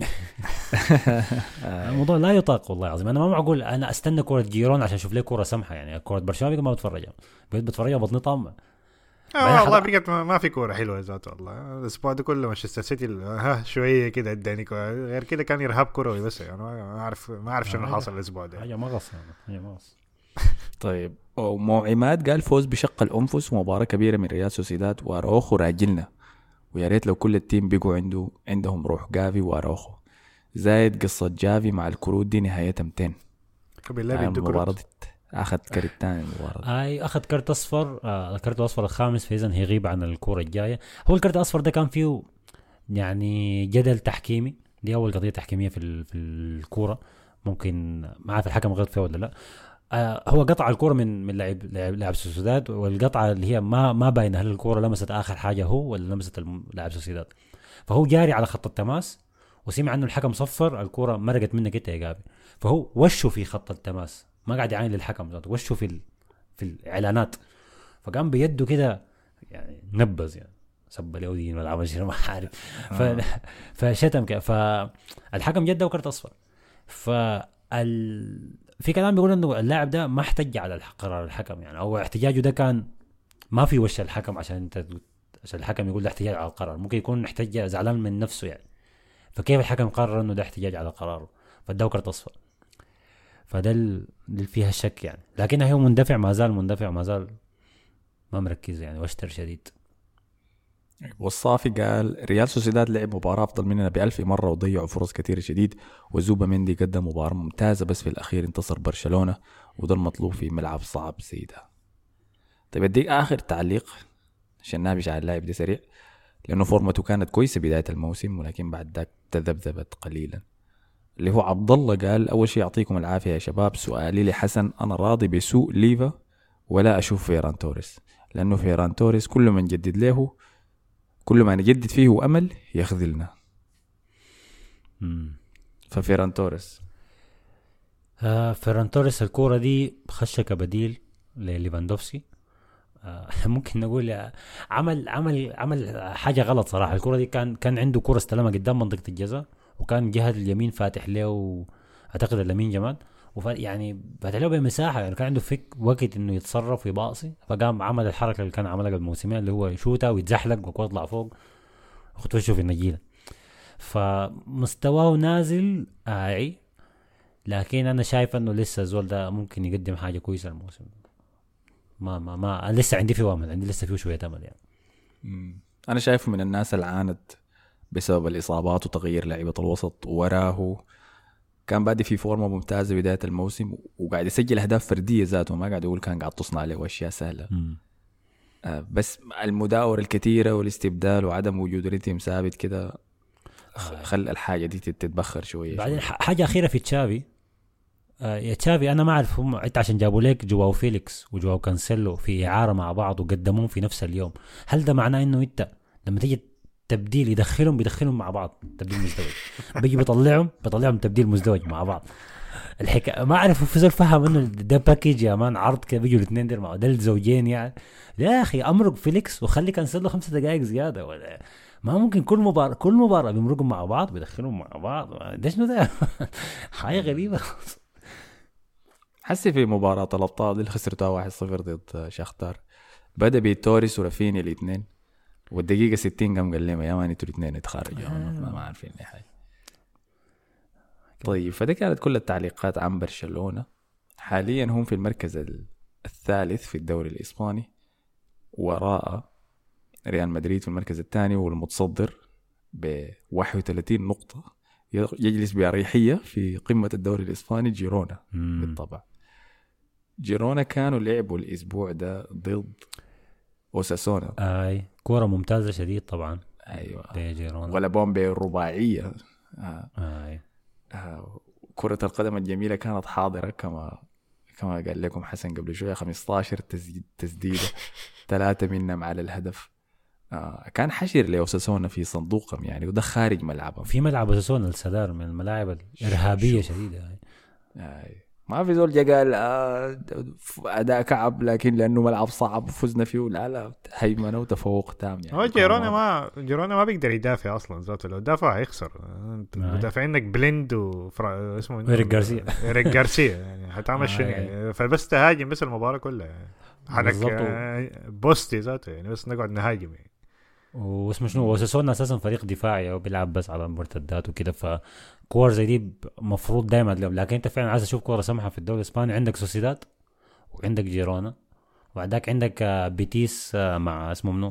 S5: الموضوع لا يطاق والله العظيم. انا ما معقول انا استنى كره جيرون عشان اشوف لي كره سمحه يعني. كره برشلونه ما بتفرج، بقيت بتفرج بطني طامه.
S4: اه والله بقت ما في كوره حلوه ذاته والله. الاسبوع ده كله مانشستر سيتي ها شويه كده اداني كوره، غير كده كان يرهب كروي بس يعني. ما اعرف ما اعرف شنو حاصل الاسبوع ده.
S5: هي ما غص هي ما غص
S2: طيب ومو عماد قال فوز بشق الانفس ومباراه كبيره من ريال سوسيداد واروخو راجلنا، ويا ريت لو كل التيم بيقوا عنده عندهم روح جافي واروخو. زايد قصه جافي مع الكروت دي نهايتها مئتين.
S4: بالله بده كروت
S2: اخذ كرت ثاني المباراه.
S5: اي اخذ كرت اصفر. آه الكرت الاصفر الخامس، فاذا هيغيب عن الكوره الجايه. هو الكرت الاصفر ده كان فيه يعني جدل تحكيمي، دي اول قضيه تحكيميه في في الكوره. ممكن ما عارف الحكم غلط فيها ولا لا. آه هو قطع الكوره من من لاعب لاعب سوسيداد، والقطعه اللي هي ما ما باينه هل الكوره لمست اخر حاجه هو ولا لمست لاعب سوسيداد. فهو جاري على خط التماس وسمع انه الحكم صفر الكوره مرقت منك انت يا جابي، فهو وشه في خط التماس، ما قاعد يعاين للحكم ذاته، وشه في ال... في الاعلانات. فقام بيده كده يعني نبز يعني سب اليودين ولا عمل شيء ما عارف. ف... فشتم كده. فالحكم جده وكرت اصفر. فال في كلام بيقول انه اللاعب ده ما احتج على قرار الحكم يعني، او احتجاجه ده كان ما في وش الحكم عشان انت عشان الحكم يقول ده احتجاج على القرار. ممكن يكون احتج زعلان من نفسه يعني. فكيف الحكم قرر انه ده احتجاج على قراره فاداه كرت اصفر؟ فده اللي فيها الشك يعني. لكنه هو مندفع، ما زال مندفع، ما زال ما مركز يعني، واشتر شديد.
S2: والصافي قال ريال سوسيداد لعب مباراة أفضل مننا بألف مرة وضيعوا فرص كثيرة شديد، وزوبا مندي قدم مباراة ممتازة بس في الأخير انتصر برشلونة، وده المطلوب في ملعب صعب زي ده. طيب أديك آخر تعليق عشان نابش على اللاعب دي سريع، لأنه فورمته كانت كويسة بداية الموسم ولكن بعد ذاك تذبذبت قليلا. اللي هو عبد الله قال أول شيء يعطيكم العافية يا شباب، سؤالي لحسن، أنا راضي بسوء ليفا ولا أشوف فيران توريس، لأنه فيران توريس كل ما نجدد له كل ما نجدد فيه أمل يخذلنا. ففيران توريس
S5: آه فيران توريس الكورة دي خشة كبديل لليفاندوفسكي. ممكن نقول عمل عمل عمل حاجه غلط صراحه. الكره دي كان كان عنده كره استلمها قدام منطقه الجزاء وكان جهه اليمين فاتح له اعتقد لامين جمال يعني فاتح له بمساحه يعني كان عنده فيك وقت انه يتصرف ويباصي فقام عمل الحركه اللي كان عملها قبل موسمين اللي هو يشوتها ويتزحلق ويطلع فوق وخد وشه في النجيله. فمستواه نازل اعي لكن انا شايف انه لسه الزول ده ممكن يقدم حاجه كويسه الموسم. ما ما ما لسه عندي في امل عندي لسه فيه شويه امل يعني.
S2: مم. انا شايفه من الناس اللي عانت بسبب الاصابات وتغيير لعيبه الوسط وراه كان بادي في فورمه ممتازه بدايه الموسم وقاعد يسجل اهداف فرديه ذاته ما قاعد يقول كان قاعد تصنع له اشياء سهله. آه بس المداوره الكثيره والاستبدال وعدم وجود ريتم ثابت كده خلى الحاجه دي تتبخر شويه.
S5: بعدين حاجه اخيره في تشافي آه يا تشافي انا ما اعرف هم انت عشان جابوا لك جواو فيليكس وجواو كانسيلو في اعاره مع بعض وقدموهم في نفس اليوم هل ده معناه انه انت لما تيجي تبديل يدخلهم بيدخلهم مع بعض تبديل مزدوج بيجي بيطلعهم بيطلعهم تبديل مزدوج مع بعض الحكايه ما اعرف فزول فهم انه ده باكيج يا مان عرض كده بيجوا الاثنين دول مع ده الزوجين يعني. يا اخي امرق فيليكس وخلي كانسيلو خمسة دقائق زياده ولا ما ممكن كل مباراه كل مباراه بيمرقوا مع بعض بيدخلهم مع بعض ده شنو ده حاجه غريبه.
S2: حسي في مباراه الابطال اللي خسرتها واحد صفر ضد شاختار بدا بتوريس ورافينيا الاثنين والدقيقه ستين قام قال لهم يا مان انتوا الاثنين اتخرجوا ما, ما عارفين اي حاجه. طيب فده كانت كل التعليقات عن برشلونه. حاليا هم في المركز الثالث في الدوري الاسباني وراء ريال مدريد في المركز الثاني والمتصدر ب واحد وثلاثين نقطه يجلس بأريحية في قمة الدوري الإسباني جيرونا. مم. بالطبع جيرونا كانوا لعبوا الأسبوع ده ضد أوساسونا
S5: أي كورة ممتازة شديد طبعا.
S2: أيوة
S5: جيرونا
S2: ولا بومبي رباعية. آه.
S5: أي
S2: آه. كرة القدم الجميلة كانت حاضرة كما كما قال لكم حسن قبل شوية خمستاشر تسديدة ثلاثة منهم على الهدف. آه كان حشر لأوساسونا في صندوقهم يعني وده خارج ملعبهم
S5: في ملعب أوساسونا السدار من الملاعب الإرهابية شديدة يعني.
S2: آه ما في زول جا قال آه أداء كعب لكن لأنه ملعب صعب فزنا فيه لا لا هيمنة وتفوق تام يعني.
S4: هو جيرونا ما جيرونا ما بيقدر يدافع أصلا ذاته لو دافع هيخسر. مدافعينك بليند وفرا اسمه
S5: إيريك غارسيا
S4: إيريك غارسيا يعني هتعمل شنو يعني فبس تهاجم بس المباراة كلها يعني حنك بوستي ذاته يعني بس نقعد نهاجم يعني.
S5: واسمه شنو وساسونا اساسا فريق دفاعي وبيلعب بس على المرتدات وكده فكور زي دي مفروض دايما اليوم. لكن انت فعلا عايز تشوف كوره سمحه في الدوري الاسباني عندك سوسيداد وعندك جيرونا وبعدك عندك بيتيس مع اسمه منو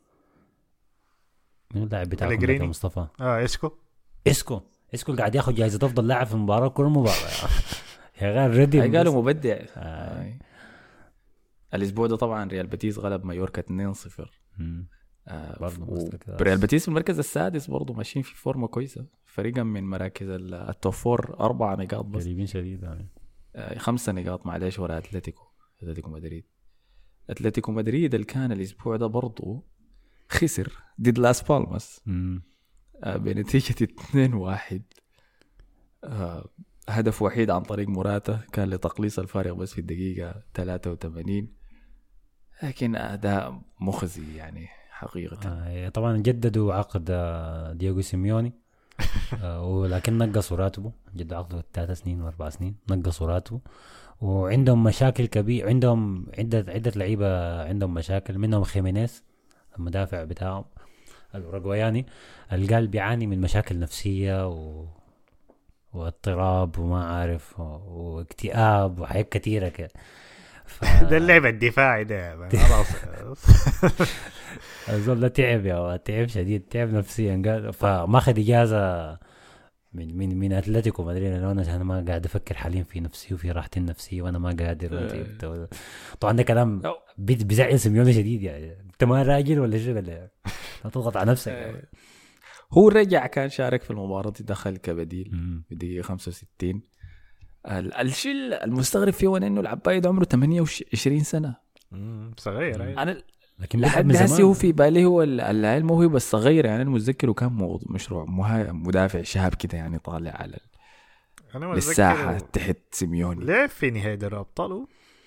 S5: من اللاعب بتاعكم مصطفى
S4: اه اسكو
S5: اسكو اسكو قاعد ياخذ جائزه افضل لاعب في المباراه كل مباراه يا غير ردي
S2: قالوا مبدع. آه. الاسبوع ده طبعا ريال بيتيس غلب مايوركا اثنين صفر. آه ريال بيتيس في المركز السادس برضو ماشيين في فورمه كويسه فريقا من مراكز التوب فور اربع نقاط بس
S5: قريبين شديد يعني
S2: آه خمسه نقاط معلش ورا اتلتيكو اتلتيكو مدريد. اتلتيكو مدريد اللي كان الاسبوع ده برضو خسر ضد لاس بالماس آه بنتيجه اثنين واحد. آه هدف وحيد عن طريق موراتا كان لتقليص الفارق بس في الدقيقه ثلاثة وثمانين لكن اداء مخزي يعني حقيقة.
S5: آه طبعا جددوا عقد دييغو سيميوني آه ولكن نقصوا راتبه جددوا عقده ثلاث سنين واربع سنين نقصوا راتبه وعندهم مشاكل كبيرة عندهم عدة عدة لعيبة عندهم مشاكل منهم خيمينيز المدافع بتاعهم الأوروغواياني القال بيعاني من مشاكل نفسية و... واضطراب وما عارف و... واكتئاب وحاجات كتيرة كده
S4: ف... ده اللعب الدفاعي ده خلاص
S5: الزول ده تعب يا تعب شديد تعب نفسيا قال فما خد اجازه من من من اتلتيكو مدريد لانه انا ما قاعد افكر حاليا في نفسي وفي راحتي النفسيه وانا ما قادر. طبعا ده كلام بيزعل سيميوني شديد يعني انت ما راجل ولا شو ولا تضغط على نفسك يعني.
S2: هو رجع كان شارك في المباراه دخل كبديل في الدقيقه خمسة وستين. الشيء المستغرب فيه انه العبايد عمره ثمانية وعشرين سنه
S4: صغير.
S2: انا لكن لحد هسه هو في بالي هو العلم هو بس صغير يعني المتذكر وكان مشروع مدافع شاب كده يعني طالع على الساحه تحت سيميوني.
S4: ليه في نهايه الابطال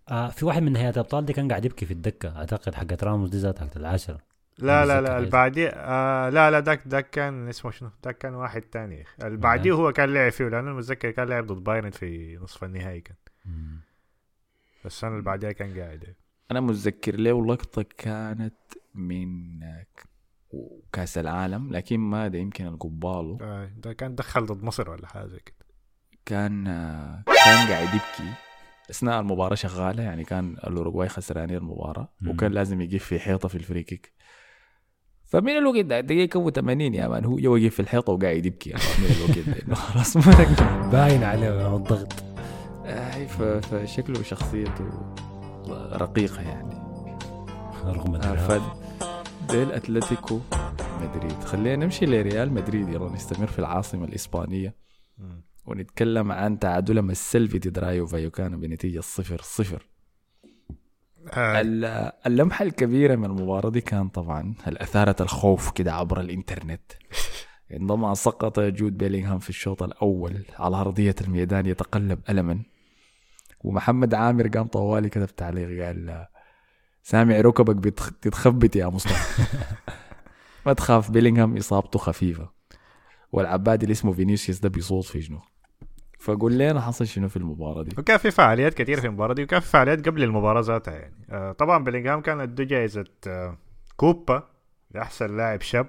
S5: آه في واحد من نهايات الابطال دي كان قاعد يبكي في الدكه اعتقد حقت راموس دي ذات حقت العاشره.
S4: لا لا لا البعدي آه لا لا داك داك كان اسمه شنو داك كان واحد تاني البعدي هو كان لعب فيه لانه المتذكر كان لعب ضد بايرن في نصف النهائي كان مم. السنه اللي بعدها كان قاعد.
S2: انا متذكر له لقطه كانت من كاس العالم لكن ما ده يمكن القباله
S4: آه ده كان دخل ضد مصر ولا حاجه كده.
S2: كان كان قاعد يبكي اثناء المباراه شغاله يعني كان الاوروغواي خسرانين المباراه مم. وكان لازم يجيب في حيطه في الفريكيك فمن الوقت ده دقيقه ثمانين يا مان هو يوقف في الحيطه وقاعد يبكي يعني من الوقت ده انه خلاص ما
S5: باين عليه الضغط.
S2: اي فشكله شخصيته رقيقه يعني
S5: رغم
S2: الفد ديل اتلتيكو مدريد. خلينا نمشي لريال مدريد يلا نستمر في العاصمه الاسبانيه مم. ونتكلم عن تعادل السلفي ضد رايو فايوكانو بنتيجه صفر صفر. آه. اللمحة الكبيرة من المباراة دي كان طبعا الأثارة الخوف كده عبر الإنترنت عندما سقط جود بيلينغهام في الشوط الأول على أرضية الميدان يتقلب ألما ومحمد عامر قام طوالي كده في تعليق قال سامع ركبك بتتخبط يا مصطفى ما تخاف بيلينغهام إصابته خفيفة والعباد اللي اسمه فينيسيوس ده بيصوت في جنوه. فقول لنا حصل شنو في المباراة دي.
S4: وكان في فعاليات كثير في المباراة دي وكان في فعاليات قبل المباراة ذاتها يعني آه طبعا بيلينغهام كان ادو جائزة آه كوبا لأحسن لاعب شاب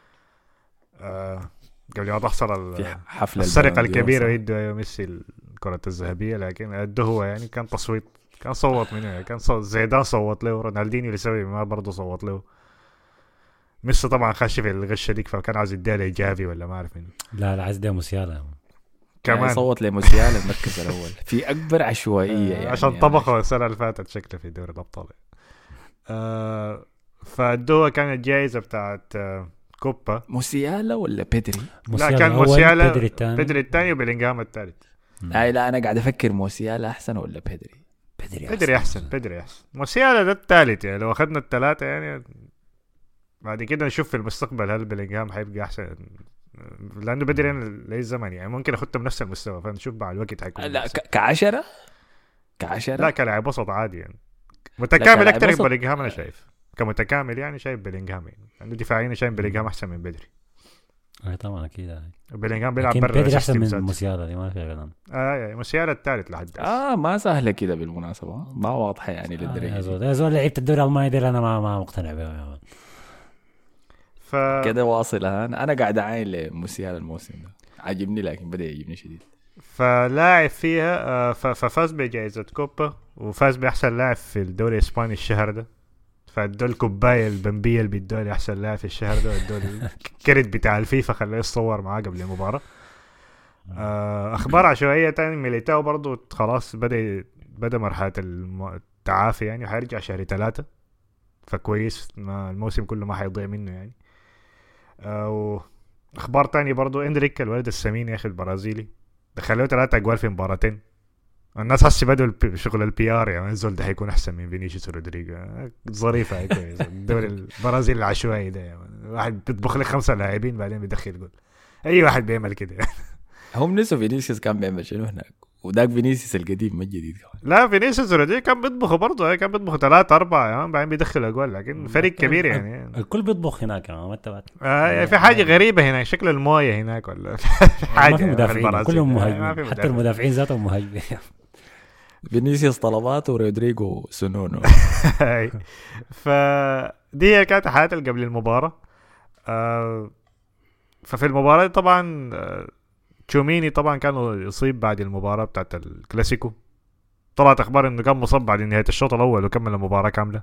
S4: آه قبل ما تحصل السرقة الكبيرة يدو ميسي الكرة الذهبية لكن ادو هو يعني كان تصويت كان صوت منه يعني كان صوت زيدان صوت له رونالدينيو اللي سوي ما برضه صوت له ميسي طبعا خش في الغشة ديك فكان عايز يديها لإيجابي ولا ما أعرف منه.
S5: لا لا عايز يديها موسيالا
S2: كمان يعني صوت لموسيالا المركز الأول في أكبر عشوائية يعني
S4: عشان طبقوا السنة اللي فاتت شكله في دوري الأبطال. آه فالدوة كانت جائزة بتاعت آه كوبا.
S2: موسيالا ولا بيدري؟
S4: لا كان موسيالا بيدري الثاني وبيلينغهام الثالث.
S2: لا لا أنا قاعد أفكر موسيالا أحسن ولا بيدري؟
S4: بيدري أحسن. بيدري أحسن بيدري أحسن. موسيالا ده الثالث يعني لو أخذنا الثلاثة يعني بعد كده نشوف في المستقبل هل بيلينغهام حيبقى أحسن لأنه بدري لأي زمن يعني ممكن أخدته بنفس المستوى فنشوف بعد الوقت حيكون
S2: لا كعشرة كعشرة
S4: لا كلاعب وسط عادي يعني متكامل أكتر من بيلينغهام. أنا شايف كمتكامل يعني شايف بيلينغهام يعني لأنه دفاعيا شايف بيلينغهام أحسن من بدري.
S5: أي طبعا أكيد
S4: بيلينغهام بيلعب
S5: برا بدري أحسن من موسيالا دي ما فيها كلام.
S4: آه يعني موسيالا الثالث لحد
S2: آه ما سهلة كده بالمناسبة ما واضحة يعني للدرجة.
S5: يا زول يا زول لعبت الدوري الألماني ده أنا ما ما مقتنع بها
S2: ف... كده واصل انا انا قاعد اعاين لموسيالا الموسم ده عجبني لكن بدا يعجبني شديد.
S4: فلاعب فيها ففاز بجائزة كوبا وفاز باحسن لاعب في الدوري الاسباني الشهر ده فادوا الكوبايه البمبيه اللي بيدوها لاحسن لاعب في الشهر ده وادوا الكريت بتاع الفيفا خليه يتصور معاه قبل المباراه. اخبار عشوائيه تاني ميليتاو برضو خلاص بدا بدا مرحله التعافي يعني وحيرجع شهر ثلاثة فكويس ما الموسم كله ما حيضيع منه يعني. أو اخبار تاني برضو اندريك الولد السمين يا اخي البرازيلي دخلوا ثلاثة اجوال في مباراتين. الناس هسه بدوا شغل البي ار يعني الزول ده هيكون احسن من فينيسيوس رودريجو ظريفه هاي كويس. الدوري البرازيلي العشوائي ده يعني واحد بيطبخ لك خمسه لاعبين بعدين بيدخل جول اي واحد بيعمل كده.
S2: هم نسوا فينيسيوس كان بيعمل شنو هناك وداك فينيسيوس القديم ما الجديد كمان.
S4: لا فينيسيوس رودريجو كان بيطبخ برضه كان بيطبخ ثلاثة أربعة يعني بعدين بيدخل أجوال لكن فريق كبير يعني
S5: الكل بيطبخ هناك يعني ما تبعت
S4: آه في حاجة غريبة هناك شكل الموية هناك ولا حاجة
S5: ما في مدافعين كلهم مهاجمين حتى المدافعين ذاتهم مهاجمين.
S2: فينيسيوس طلبات ورودريجو سنونو.
S4: فدي هي كانت حالات قبل المباراة. آه ففي المباراة طبعا آه تشوميني طبعا كانوا يصيب بعد المباراة بتاعت الكلاسيكو. طلعت اخبار انه كان مصاب بعد نهاية الشوط الاول وكمل المباراة كاملة.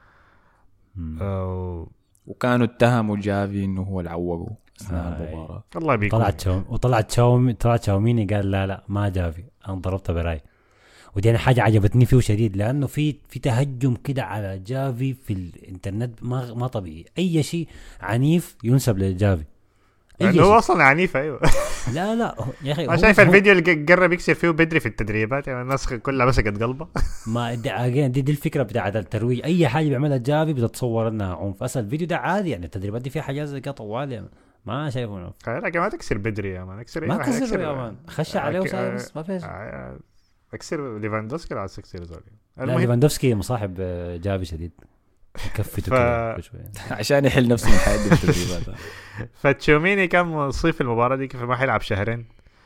S2: أو... وكانوا اتهموا جافي انه هو اللي عوقه اثناء المباراة.
S4: الله بيكون
S5: طلعت شوم وطلعت شوم طلعت شوميني قال لا لا ما جافي انا ضربته براي. ودي أنا حاجة عجبتني فيه شديد لأنه في في تهجم كده على جافي في الإنترنت ما ما طبيعي. أي شيء عنيف ينسب لجافي.
S4: يعني هو أصلا عنيف أيوة.
S5: لا لا يا أخي.
S4: ما شايف الفيديو اللي جرب يكسر فيه بدري في التدريبات يعني الناس كلها مسكت قلبه.
S5: ما دي, دي دي الفكرة بتاعت الترويج. أي حاجة بيعملها جافي بتتصور إنها عنف. أصل الفيديو ده عادي يعني التدريبات دي فيها حاجات زي كده طوال يعني. ما شايفه.
S4: لا ما تكسر بدري يا مان.
S5: ما تكسر يا مان. خش عليه وسايس ما فيش.
S4: تكسير ليفاندوفسكي على تكسير زول.
S5: لا ليفاندوفسكي مصاحب جافي شديد كفته
S4: ف...
S5: كده شويه
S2: عشان يحل نفسه من حياة التدريبات.
S4: فتشوميني كان مصيف المباراة دي فما حيلعب شهرين.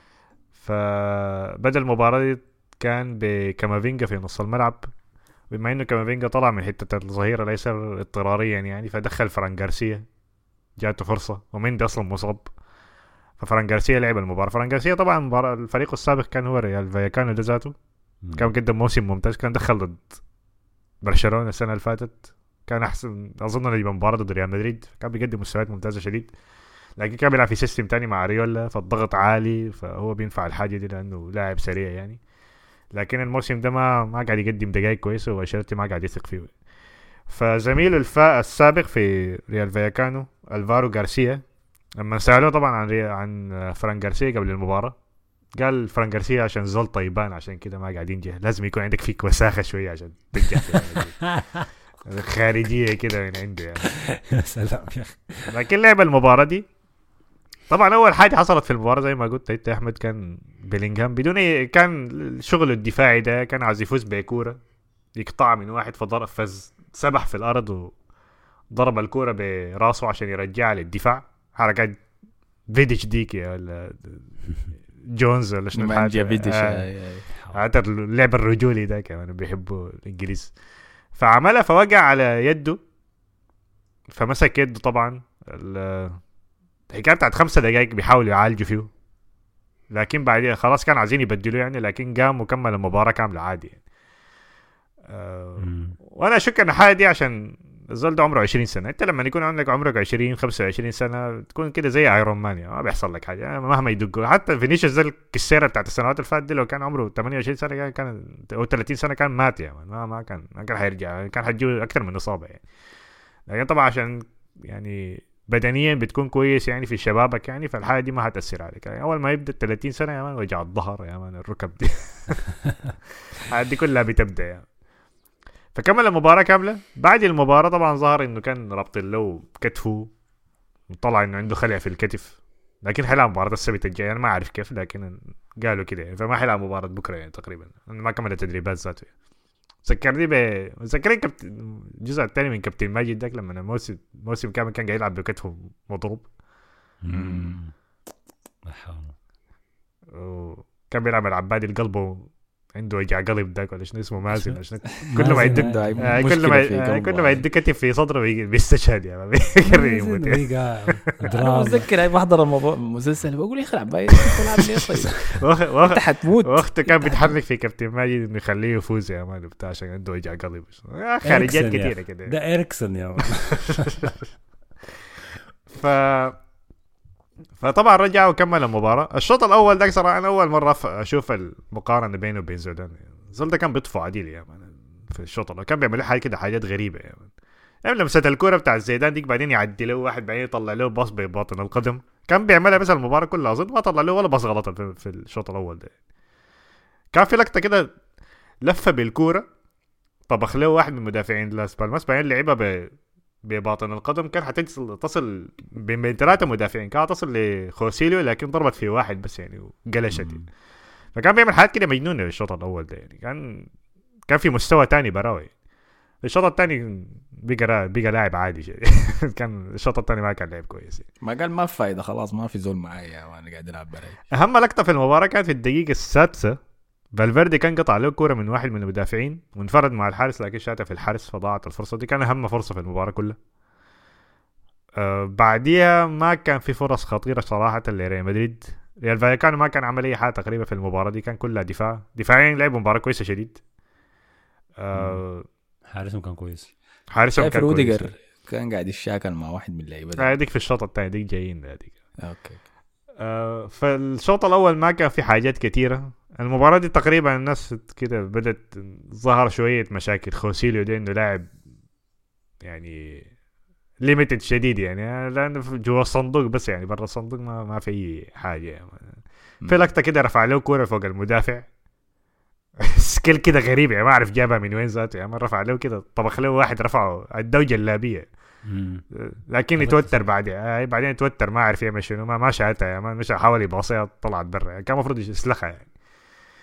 S4: فبدأ المباراة دي كان بكامافينجا في نص الملعب، بما انه كامافينجا طلع من حتة الظهير الايسر اضطراريا يعني، فدخل فران غارسيا جاته فرصة ومندي اصلا مصاب، ففران غارسيا لعب المباراة. فران غارسيا طبعا الفريق السابق كان هو ريال فايكانو ده ذاته، كان قدم موسم ممتاز، كان دخل ضد برشلونة السنة اللي فاتت، كان احسن اظن اللي مباراة ضد ريال مدريد، كان بيقدم مستويات ممتازة شديد، لكن كان بيلعب في سيستم تاني مع ريولا فالضغط عالي، فهو بينفع الحاجة دي لانه لاعب سريع يعني. لكن الموسم ده ما ما قاعد يقدم دقائق كويسة وأنشيلوتي ما قاعد يثق فيه. فزميله الفا السابق في ريال فايكانو الفارو غارسيا لما سألوه طبعا عن ري... عن فران غارسيا قبل المباراة، قال فران غارسيا عشان زول طيبان عشان كده ما قاعد ينجح، لازم يكون عندك فيك وساخة شوية عشان تنجح خارجية كده من عنده يعني.
S5: يا سلام يا أخي.
S4: لكن لعب المباراة دي طبعا أول حاجة حصلت في المباراة زي ما قلت أنت يا أحمد كان بيلينغهام بدون أي كان شغله الدفاعي ده كان عايز يفوز بكورة يقطع من واحد فضرب فز سبح في الأرض وضرب الكورة براسه عشان يرجعها للدفاع، حركات فيديش ديك ولا جونز ولا شنو
S2: الحاجة فيديش
S4: هذا اللعب الرجولي ده كمان بيحبوا الإنجليز، فعملها فوقع على يده فمسك يده. طبعا الحكاية بتاعت خمسة دقائق بيحاولوا يعالجوا فيه، لكن بعدين خلاص كان عايزين يبدلوا يعني، لكن قام وكمل المباراة كاملة عادي يعني. أه وانا اشك ان حاجة دي عشان الزول ده عمره عشرين سنة، انت لما يكون عندك عمرك عشرين خمسة وعشرين سنة تكون كده زي ايرون مان يعني ما بيحصل لك حاجة يعني مهما يدقوا. حتى فينيسيوس زي الكسيرة بتاعت السنوات اللي فاتت دي لو كان عمره ثمانية وعشرين سنة كان او ثلاثين سنة كان مات يعني ما ما كان ما كان حيرجع، كان حيجيه اكثر من اصابة يعني. لكن طبعا عشان يعني بدنيا بتكون كويس يعني في شبابك يعني، فالحاجة دي ما هتأثر عليك يعني. أول ما يبدأ ثلاثين سنة يا مان وجع الظهر يا مان الركب دي هذه كلها بتبدأ يعني. فكمل المباراة كاملة. بعد المباراة طبعا ظهر إنه كان ربط له كتفه وطلع إنه عنده خلع في الكتف، لكن حيلعب مباراة السبت الجاي أنا ما أعرف كيف، لكن قالوا كده يعني، فما حيلعب مباراة بكرة يعني تقريبا، ما كمل التدريبات ذاته يعني. ذكرني ب ذكرني كابتن الجزء الثاني من كابتن ماجد داك لما الموسم موسم كامل كان قاعد يلعب بكتفه مضروب وكان بيلعب العبادي القلب عنده وجع قلب داك ولا شنو اسمه مازن عشان كل ما يدق كل ما كل ما يدق كتف في صدره بيستشهد يعني بيقرر يموت.
S2: انا متذكر بحضر الموضوع المسلسل بقول يا اخي العبادي تلعب ليه طيب انت حتموت.
S4: وقته كان بيتحرك في كابتن ماجد انه يخليه يفوز يا مان بتاع عشان عنده وجع قلب خارجيات كثيره كده.
S5: ده إريكسون يا مان.
S4: ف فطبعا رجع وكمل المباراة. الشوط الأول ده صراحة أنا أول مرة أشوف المقارنة بينه وبين زيدان. زول ده كان بيطفو عديل يا مان في الشوط الأول، كان بيعمل حاجة كده حاجات غريبة يا مان. يعني لما سات الكورة بتاع زيدان ديك بعدين يعدي له واحد بعدين يطلع له باص بباطن القدم، كان بيعملها بس المباراة كلها أظن ما طلع له ولا باص غلط في, في الشوط الأول ده. كان في لقطة كده لفة بالكورة طبخ له واحد من المدافعين لاس بالماس بعدين لعبها ب بباطن القدم، كان حتصل تصل بين بين ثلاثة مدافعين، كان تصل لخوسيليو لكن ضربت في واحد بس يعني وقلشت. فكان بيعمل حاجات كده مجنونة الشوط الأول ده يعني، كان كان في مستوى تاني براوي. الشوط الثاني بقى بقى لاعب عادي شيء. كان الشوط الثاني ما كان لاعب كويس يعني.
S2: ما قال ما في فايدة خلاص ما في زول معايا وانا قاعد العب براي.
S4: أهم لقطة في المباراة كانت في الدقيقة السادسة، فالفيردي كان قطع له كورة من واحد من المدافعين وانفرد مع الحارس لكن شاتها في الحارس فضاعت الفرصة دي، كان أهم فرصة في المباراة كلها. آه بعديها ما كان في فرص خطيرة صراحة لريال مدريد. ريال فايكانو ما كان عمل أي حاجة تقريبا في المباراة دي، كان كلها دفاع دفاعيا لعبوا مباراة كويسة شديد. آه
S5: حارسهم كان كويس،
S4: حارسهم كان كويس.
S2: كان قاعد يشاكل مع واحد من اللعيبة
S4: هذيك في الشوط الثاني ديك جايين هذيك.
S2: اوكي.
S4: آه فالشوط الأول ما كان في حاجات كتيرة. المباراة دي تقريبا الناس كده بدأت ظهر شوية مشاكل. خوسيليو ده إنه لاعب يعني ليميتد شديد يعني، لأنه جوا الصندوق بس يعني برا الصندوق ما ما في أي حاجة يعني. في لقطة كده رفع له كورة فوق المدافع سكيل كده غريب يعني ما أعرف جابها من وين ذاته يعني، رفع له كده طبخ له واحد رفعه الدوجة اللابية لكن يتوتر بعدين بعدين يتوتر ما عارف يعمل شنو ما ما شاتها يعني، مش حاول يباصيها طلعت برا يعني، كان المفروض يسلخها يعني.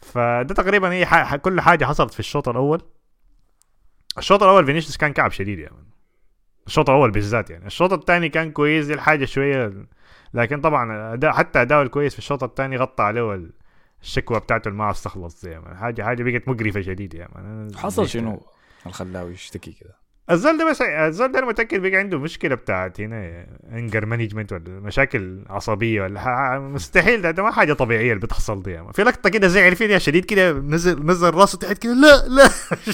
S4: فده تقريبا هي ح... كل حاجه حصلت في الشوط الاول. الشوط الاول فينيسيوس كان كعب شديد يعني الشوط الاول بالذات. يعني الشوط الثاني كان كويس دي الحاجه شويه، لكن طبعا أداء حتى اداؤه الكويس في الشوط الثاني غطى عليه الشكوى بتاعته اللي ما استخلص يعني. حاجه حاجه بقت مقرفه شديد يعني.
S2: حصل شنو الخلاوي يشتكي كده؟
S4: الزول ده بس الزول ده انا متاكد بقى عنده مشكله بتاعت هنا انجر مانجمنت ولا مشاكل عصبيه ولا ح... مستحيل. ده, ده ما حاجه طبيعيه اللي بتحصل دي يعني. في لقطه كده زعل فيها شديد كده، نزل نزل راسه تحت كده، لا لا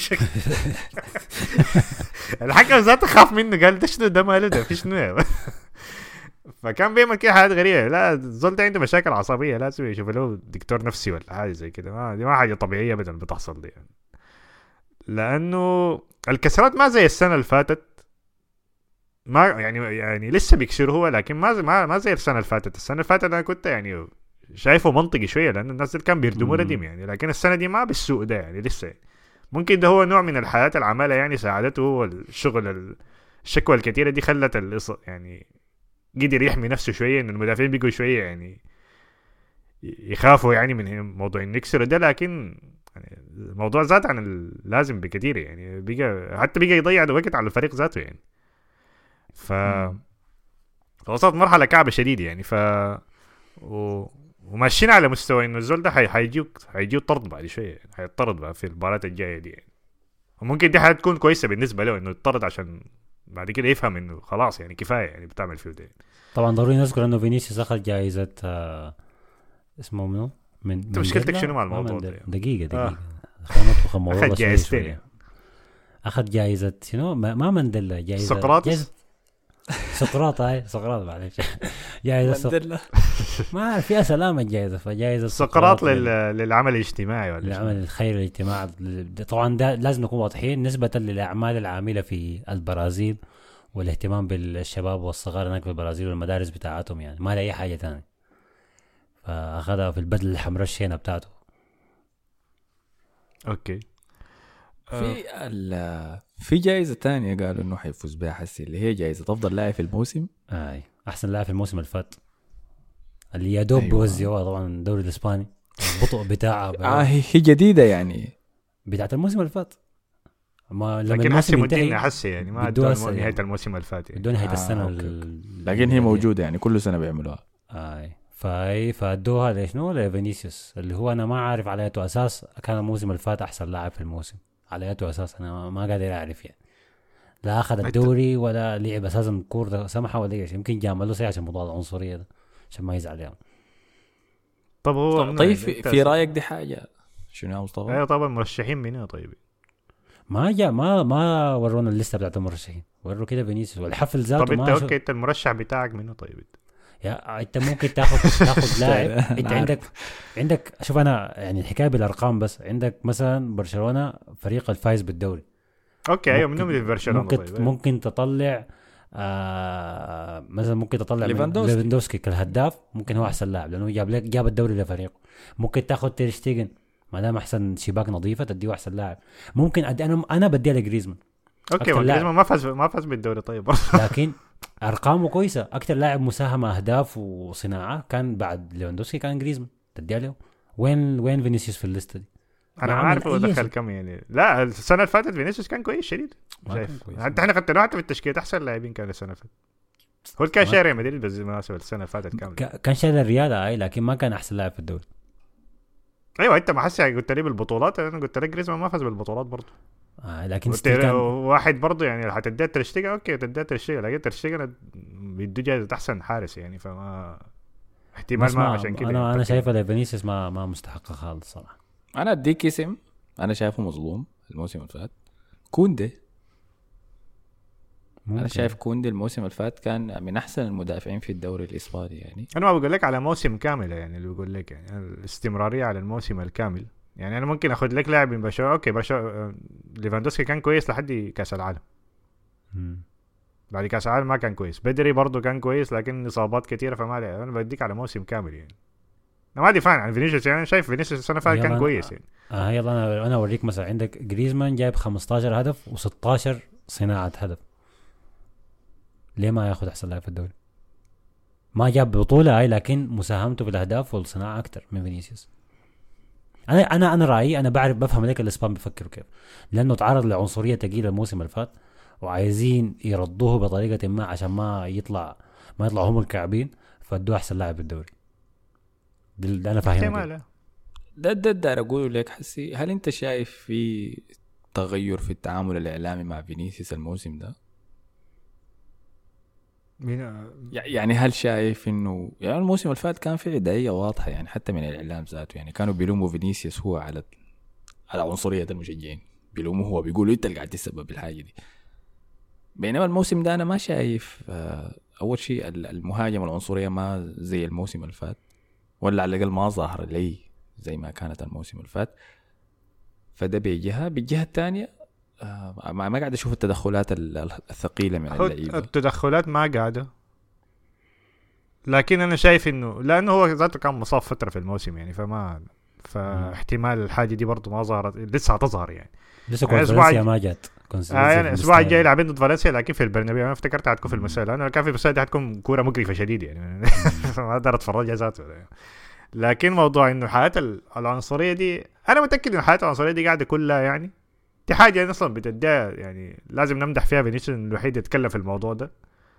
S4: الحكم ذاته خاف منه، قال ده شنو ده ماله ده في شنو فكان بيعمل كده حاجات غريبه. لا الزول ده عنده مشاكل عصبيه، لازم يشوف له دكتور نفسي ولا حاجه زي كده. ما دي ما حاجه طبيعيه ابدا بتحصل دي يعني. لانه الكسرات ما زي السنه اللي فاتت، ما يعني يعني لسه بيكسروا، لكن ما ما ما زي السنه اللي فاتت. السنه اللي فاتت انا كنت يعني شايفه منطقي شويه، لان الناس اللي كان بيردموا ردم يعني. لكن السنه دي ما بالسوء ده يعني لسه يعني. ممكن ده هو نوع من الحياه العماله يعني ساعدته، والشغل الشكوى الكثيره دي خلت الإص... يعني قدر يحمي نفسه شويه، ان المدافعين بيجوا شويه يعني يخافوا يعني من موضوع النكسر ده. لكن يعني الموضوع زاد عن اللازم بكثير يعني، بيجا حتى بيجا يضيع وقت على الفريق ذاته يعني. ف وصلت مرحله كعبه شديده يعني. ف و... وماشيين على مستوى انه الزول ده حيجيو حيجيو طرد بعد شويه يعني. حيطرد بقى في المباراه الجايه دي يعني. وممكن دي حتكون كويسه بالنسبه له انه يطرد، عشان بعد كده يفهم انه خلاص يعني كفايه يعني بتعمل فيه ده.
S5: طبعا ضروري نذكر انه فينيسيوس اخذ جائزه آه اسمه منو من
S4: انت مشكلتك شنو مع الموضوع ده؟
S5: دقيقه دقيقه
S4: آه.
S5: خلينا ندخل الموضوع
S4: اخذ جائزتين يعني.
S5: اخذ جائزه شنو ما, ما مندلا جائزه
S4: سقراط
S5: جائزة سقراط هاي سقراط معلش جائزه
S2: مندلا
S5: ما فيها سلامه الجائزه. فجائزه
S4: سقراط لل... للعمل الاجتماعي ولا
S5: للعمل الخيري الاجتماعي. طبعا ده لازم نكون واضحين نسبه للاعمال العامله في البرازيل والاهتمام بالشباب والصغار هناك في البرازيل والمدارس بتاعتهم يعني، ما لاي حاجه تانية. فاخذها في البدله الحمراء الشينه بتاعته.
S4: اوكي.
S2: في ال في جائزة تانية قالوا انه حيفوز بها حسي، اللي هي جائزة افضل لاعب في الموسم.
S5: اي احسن لاعب في الموسم اللي فات، اللي يا دوب
S2: أيوة.
S5: بوزعوها طبعا الدوري الاسباني البطء بتاعها
S2: اه هي جديدة يعني
S5: بتاعت الموسم اللي فات.
S4: ما لكن حسي مدين حسي يعني ما ادوا نهاية يعني. الموسم اللي فات
S5: بدون نهاية
S2: آه
S5: السنة
S2: ال... لكن هي موجودة يعني كل سنة بيعملوها.
S5: اي فاي فادوها ليش نو لفينيسيوس، اللي هو انا ما عارف على اي اساس كان الموسم اللي فات احسن لاعب في الموسم. على اي اساس انا ما قادر اعرف يعني. لا اخذ الدوري ولا لعب اساسا كورة سمحة ولا ايش. يمكن جامل له ساعة عشان موضوع العنصرية ده عشان ما يزعل يعني.
S4: طب هو
S2: طيب في, في رايك دي حاجة شنو يا مصطفى؟
S4: ايوه طبعا مرشحين منين طيب؟
S5: ما جاء ما ما ورونا الليسته بتاعت المرشحين، وروا كده فينيسيوس والحفل ذاته.
S4: طب انت اوكي انت المرشح بتاعك منو طيب؟
S5: يا انت ممكن تاخذ تاخذ لاعب انت عندك عندك شوف انا يعني الحكايه بالارقام بس. عندك مثلا برشلونه فريق الفايز بالدوري.
S4: اوكي ايوه منو من برشلونه
S5: ممكن
S4: طيب.
S5: ممكن تطلع آه مثلا ممكن تطلع
S2: ليفاندوسكي.
S5: ليفاندوسكي كالهداف، ممكن هو احسن لاعب لانه جاب لك جاب الدوري لفريقه. ممكن تاخذ تير شتيجن ما دام احسن شباك نظيفه تديه احسن لاعب. ممكن أدي انا انا بديها لجريزمان.
S4: اوكي جريزمان ما فاز ما فاز بالدوري طيب
S5: لكن ارقامه كويسه. اكثر لاعب مساهمه اهداف وصناعه كان بعد ليفاندوسكي كان جريزمان تديها له. وين وين فينيسيوس في الليسته دي؟
S4: انا عارف هو دخل كم يعني. لا السنه اللي فاتت فينيسيوس كان كويس شديد شايف. حتى احنا خدناه حتى في التشكيله احسن لاعبين كان السنه اللي فاتت. هو كان شاري مدريد بس بالمناسبه السنه اللي فاتت كامل
S5: كان شاري الرياضه اي لكن ما كان احسن لاعب في الدوري.
S4: ايوه انت ما حسي قلت لي بالبطولات، انا قلت لك جريزمان ما فاز بالبطولات برضه.
S5: آه لكن
S4: كان... واحد برضه يعني حتدي ترشتيجن اوكي تدي ترشتيجن لكن ترشتيجن بيدو جايزه احسن حارس يعني. فما احتمال ما عشان كده
S5: انا انا شايفه لفينيسيوس ما ما مستحقه خالص صراحه.
S2: انا اديك اسم انا شايفه مظلوم الموسم اللي فات، كوندي. انا شايف كوندي الموسم اللي فات كان من احسن المدافعين في الدوري الاسباني يعني.
S4: انا ما بقول لك على موسم كامل يعني، اللي بقول لك يعني الاستمراريه على الموسم الكامل يعني. انا ممكن اخذ لك لاعب من برشلونه اوكي برشلونه ليفاندوسكي كان كويس لحد كاس العالم.
S5: مم.
S4: بعد كاس العالم ما كان كويس. بدري برضو كان كويس لكن اصابات كثيره فما لي. انا بديك على موسم كامل يعني. انا ما دفاع عن فينيسيوس يعني. شايف فينيسيوس السنه فاتت كان كويس يعني.
S5: اه يلا انا انا اوريك مثلا عندك جريزمان جايب خمستاشر هدف و16 صناعه هدف. ليه ما ياخذ احسن لاعب في الدوري؟ ما جاب بطوله هاي لكن مساهمته في الاهداف والصناعه اكثر من فينيسيوس. انا انا انا رايي انا بعرف بفهم ليك الاسبان بيفكروا كيف، لانه تعرض لعنصريه ثقيله الموسم اللي فات وعايزين يردوه بطريقه ما عشان ما يطلع ما يطلعوا هم الكعبين، فادوه احسن لاعب بالدوري. ده انا فاهمه.
S2: ده ده ده اقول لك حسي، هل انت شايف في تغير في التعامل الاعلامي مع فينيسيوس الموسم ده؟ يعني هل شايف انه يعني الموسم اللي فات كان في عدائيه واضحه يعني حتى من الاعلام ذاته، يعني كانوا بيلوموا فينيسيوس هو على على عنصريه المشجعين، بيلوموا هو بيقولوا انت اللي قاعد تسبب بالحاجه دي. بينما الموسم ده انا ما شايف اول شيء المهاجم العنصريه ما زي الموسم اللي فات، ولا على الاقل ما ظاهر لي زي ما كانت الموسم اللي فات. فده بيجيها بالجهه الثانيه آه ما قاعد اشوف التدخلات الثقيله من اللعيبه.
S4: التدخلات ما قاعده، لكن انا شايف انه لانه هو ذاته كان مصاب فتره في الموسم يعني، فما فاحتمال الحاجه دي برضه ما ظهرت، لسه هتظهر يعني.
S5: لسه فالنسيا ما جات
S4: آه يعني الاسبوع الجاي لاعبين ضد فالنسيا، لكن في البرنابيو انا افتكرت هتكون في المساء، لانه كان في المساء دي هتكون كوره مقرفه شديد يعني ما اقدر اتفرج ذاته. لكن موضوع انه حياه العنصريه دي انا متاكد ان حياه العنصريه دي قاعده كلها يعني دي حاجه اصلا بتديها يعني لازم نمدح فيها فينيسيوس الوحيد يتكلم في الموضوع ده.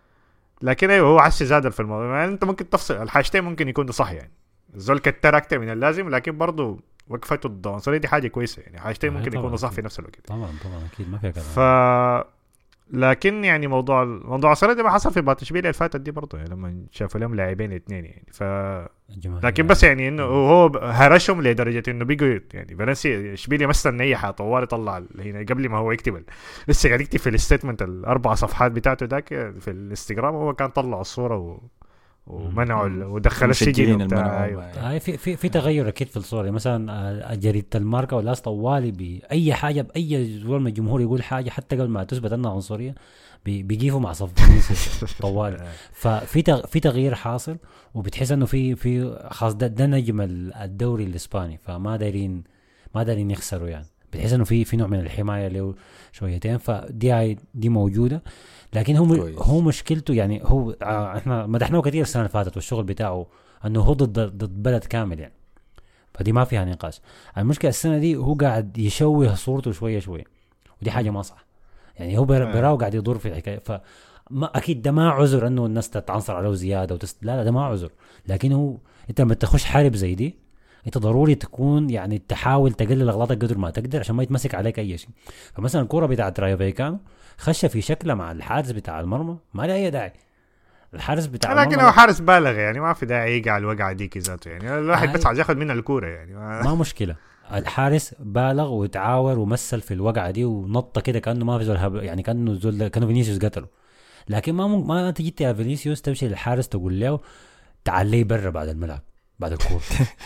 S4: لكن ايوه هو عسى زاد في الموضوع يعني، انت ممكن تفصل الحاجتين ممكن يكونوا صح يعني، الزول كتر اكتر من اللازم، لكن برضه وقفته ضد العنصريه دي حاجه كويسه يعني، حاجتين ممكن يكونوا صح في نفس الوقت.
S5: طبعا طبعا اكيد ما فيها كلام.
S4: ف لكن يعني موضوع موضوع العنصريه دي ما حصل في باتشبيلي الفاتت دي برضه يعني لما شافوا لهم لاعبين اثنين يعني. ف لكن بس يعني انه هو هرشهم لدرجه انه بيجوا يعني فالنسيا اشبيليا مثلا نيحه طوال طلع هنا قبل ما هو يكتب لسه قاعد يكتب في الستيتمنت الاربع صفحات بتاعته ذاك في الانستغرام، هو كان طلع الصوره و... ومنعوا ودخل السجين بتاع.
S5: هاي في في في تغير اكيد في الصوره. مثلا جريده الماركه ولا طوالي باي حاجه باي زول من الجمهور يقول حاجه حتى قبل ما تثبت انها عنصريه بيجيفوا مع صف طوالي. ففي في تغيير حاصل وبتحس انه في في خاص ده, ده نجم الدوري الاسباني، فما دايرين ما دايرين يخسروا يعني. بتحس انه في في نوع من الحمايه له شويتين، فدي دي موجوده. لكن هو كويس. هو مشكلته يعني هو احنا مدحناه كثير السنه اللي فاتت والشغل بتاعه انه هو ضد ضد بلد كامل يعني، فدي ما فيها نقاش. المشكله السنه دي هو قاعد يشوه صورته شويه شويه، ودي حاجه ما صح يعني. هو براو قاعد يدور في الحكايه، فما اكيد ده ما عذر انه الناس تتعنصر عليه زياده وتست... لا لا ده ما عذر. لكن هو انت لما تخش حارب زي دي انت ضروري تكون يعني تحاول تقلل اغلاطك قدر ما تقدر عشان ما يتمسك عليك اي شيء. فمثلا الكوره بتاعت رايو فايكانو خش في شكله مع الحارس بتاع المرمى ما له اي داعي. الحارس بتاع
S4: المرمى لكن هو حارس بالغ يعني ما في داعي يقع الوقعه دي كذاته يعني، الواحد آه بس عايز ياخذ منها الكوره يعني ما,
S5: ما مشكله. الحارس بالغ وتعاور ومثل في الوقعه دي ونط كده كانه ما في زول يعني كانه زول كانه فينيسيوس قتله. لكن ما مم... ما تجي يا فينيسيوس تمشي للحارس تقول له تعال لي برا بعد الملعب بعد الكوره.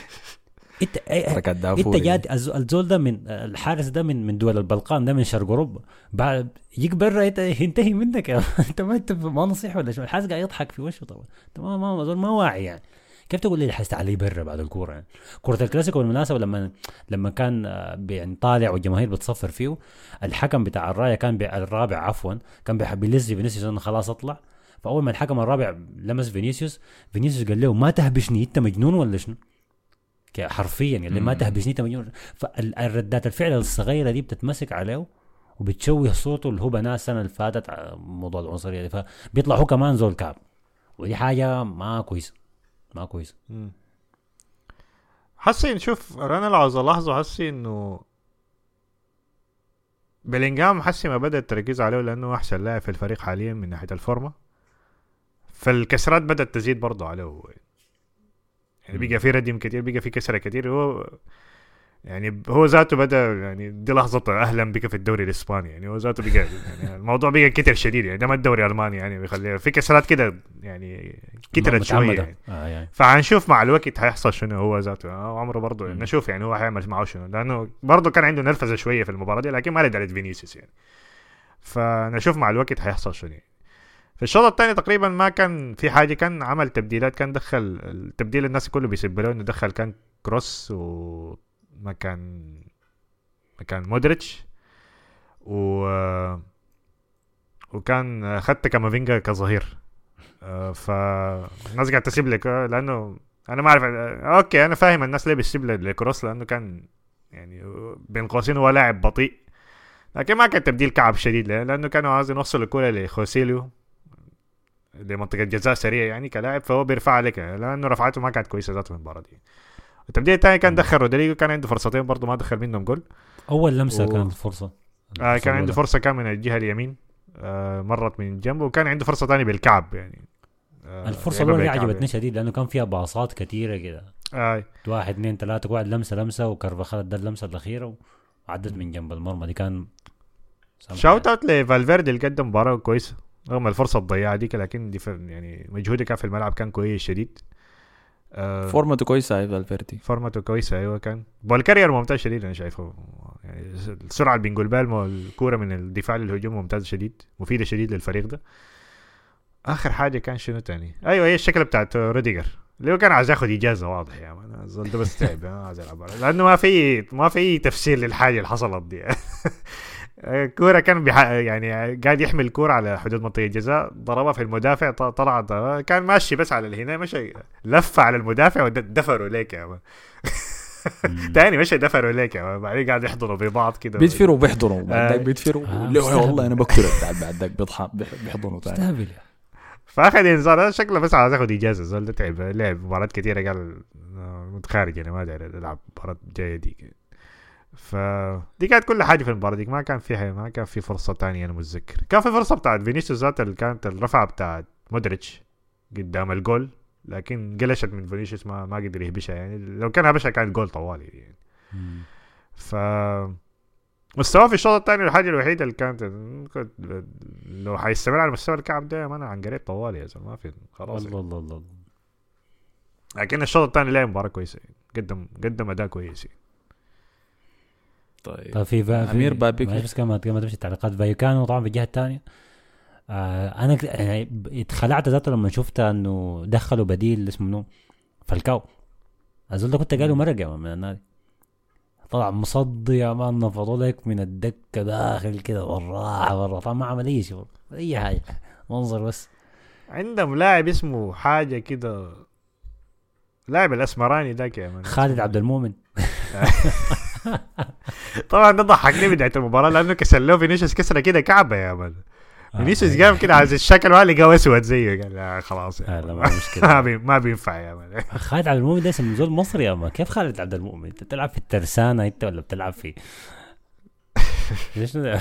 S5: انت انت جاد الزول ده من الحارس ده من من دول البلقان، ده من شرق اوروبا، بعد يجيك برا ينتهي منك. انت ما انت ما نصيح ولا شو؟ الحارس قاعد يضحك في وشه طبعا. انت ما ما زول ما واعي يعني. كيف تقول لي الحارس عليه برا بعد الكوره يعني؟ كره الكلاسيكو بالمناسبه لما لما كان يعني طالع والجماهير بتصفر فيه، الحكم بتاع الرايه كان الرابع عفوا كان بيحب يلزي فينيسيوس انه خلاص اطلع. فاول ما الحكم الرابع لمس فينيسيوس فينيسيوس قال له ما تهبشني انت مجنون ولا شنو؟ حرفيا اللي ما تهبشني انت مجنون. فالردات الفعل الصغيره دي بتتمسك عليه وبتشوه صوته اللي هو بناه السنه اللي فاتت على موضوع العنصريه دي، فبيطلع هو كمان زول كعب، ودي حاجه ما كويسه ما كويسه.
S4: حسي نشوف انا لو عاوز الاحظه حسي انه بلينغهام حسي ما بدا التركيز عليه لانه احسن لاعب في الفريق حاليا من ناحيه الفورمه، فالكسرات بدات تزيد برضه عليه يعني، بقى في ردم كتير بقى في كسره كتير. هو يعني هو ذاته بدا يعني دي لحظه اهلا بك في الدوري الاسباني يعني، هو ذاته بقى يعني الموضوع بقى كتير شديد يعني، ده ما الدوري الالماني يعني بيخليه في كسرات كده يعني كترت شويه يعني. آه يعني. فهنشوف مع الوقت هيحصل شنو هو ذاته آه عمره برضه يعني نشوف يعني هو هيعمل معه شنو، لانه برضه كان عنده نرفزه شويه في المباراه دي لكن ما لدرجه فينيسيوس يعني، فنشوف مع الوقت هيحصل شنو. في الشوط الثاني تقريبا ما كان في حاجه، كان عمل تبديلات، كان دخل التبديل الناس كله بيسب له انه دخل كان كروس ومكان مكان مودريتش و وكان خدت كامافينجا كظهير. فالناس قاعد تسيب لك لانه انا ما اعرف. اوكي انا فاهم الناس ليه بتسيب لكروس لانه كان يعني بين قوسين هو لاعب بطيء، لكن ما كان تبديل كعب شديد له لانه كانوا عايزين يوصلوا الكوره لخوسيليو لمنطقه جزاء سريع يعني كلاعب، فهو بيرفع لك لانه رفعته ما كانت كويسه ذاته في المباراه دي. التبديل الثاني كان دخل رودريجو، كان عنده فرصتين برضه ما دخل منهم جول.
S5: اول لمسه
S4: و...
S5: كانت فرصه
S4: آه كان عنده فرصه كان من الجهه اليمين آه مرت من جنبه، وكان عنده فرصه ثانيه بالكعب يعني.
S5: آه الفرصه الاولى عجبتني شديد لانه كان فيها باصات كثيره كده.
S4: آه.
S5: واحد اثنين ثلاثه قاعد لمسه لمسه وكارفاخال ده اللمسه الاخيره وعدت من جنب المرمى دي. كان
S4: شاوت اوت لفالفيردي اللي قدم مباراه كويسه رغم الفرصه الضيعه ديك، لكن دي يعني مجهوده كان في الملعب كان كويس شديد.
S2: آه فورمته كويسه اي فالفيردي،
S4: فورمته كويسه ايوه. كان بالكارير ممتاز شديد انا شايفه يعني. السرعه اللي بنقول بالمو الكوره من الدفاع للهجوم ممتاز شديد، مفيده شديد للفريق ده. اخر حاجه كان شنو تاني؟ ايوه هي الشكل بتاعت روديجر اللي هو كان عايز ياخد اجازه واضح يعني. انا زول ده بس تعب ما عايز يلعب لانه ما في ما في تفسير للحاجه اللي حصلت دي. كوره كان بيح... يعني قاعد يحمل الكوره على حدود منطقه الجزاء، ضربها في المدافع طلعت، كان ماشي بس على هنا مشى لف على المدافع ودفروا ليك يا مان. تاني مشى دفروا ليك يا مان، بعدين قاعد يحضنوا ببعض كده
S2: بيدفروا بيحضنوا بعدك بيدفروا آه والله انا بقتلك بعد بعدك بيضحك بيحضنوا تاني.
S4: فاخذ انذار شكله بس عايز ياخد اجازه. زول ده تعب لعب مباريات كثيره قال متخارج يعني ما داير العب مباراه جايه دي. فدي كانت كل حاجه في المباراه دي، ما كان فيها ما كان في فرصه تانية. انا متذكر كان في فرصه بتاعت فينيسيوس ذات اللي كانت الرفعه بتاعت مودريتش قدام الجول، لكن قلشت من فينيسيوس ما ما قدر يهبشها يعني. لو كان هبشها كان الجول طوالي يعني. ف مستواه في الشوط الثاني الحاجه الوحيده اللي كانت لو حيستمر على مستوى الكعب ده ما انا عن قريب طوالي يا زلمه ما في خلاص.
S5: الله الله الله.
S4: لكن الشوط الثاني لعب مباراه كويسه يعني. قدم قدم اداء كويس يعني.
S2: طيب,
S5: طيب في فا
S2: امير بابيك
S5: بس كمان كمان تمشي التعليقات فايكانو طبعا في الجهه الثانيه. آه انا يعني اتخلعت ذاته لما شفت انه دخلوا بديل اسمه منو فالكاو. اظن ده كنت قالوا مرق من النادي طلع مصدي يا مان، نفضوا لك من الدكه داخل كده والراحه والراحه طبعا ما عمل اي شيء اي حاجه منظر بس.
S4: عندهم لاعب اسمه حاجه كده لاعب الاسمراني ذاك يا مان
S5: خالد عبد المؤمن.
S4: طبعا ده ضحكني بدايه المباراه لانه كسر له فينيسيوس كسره كده كعبه يا مان. فينيسيوس قام كده عايز الشكل ما لقى اسود زيه قال لا خلاص
S5: لا ما مشكله
S4: ما بي ما بينفع يا مان.
S5: خالد عبد المؤمن ده اسم زول مصري يا مان. كيف خالد عبد المؤمن؟ انت بتلعب في الترسانه انت ولا بتلعب في ليش ده؟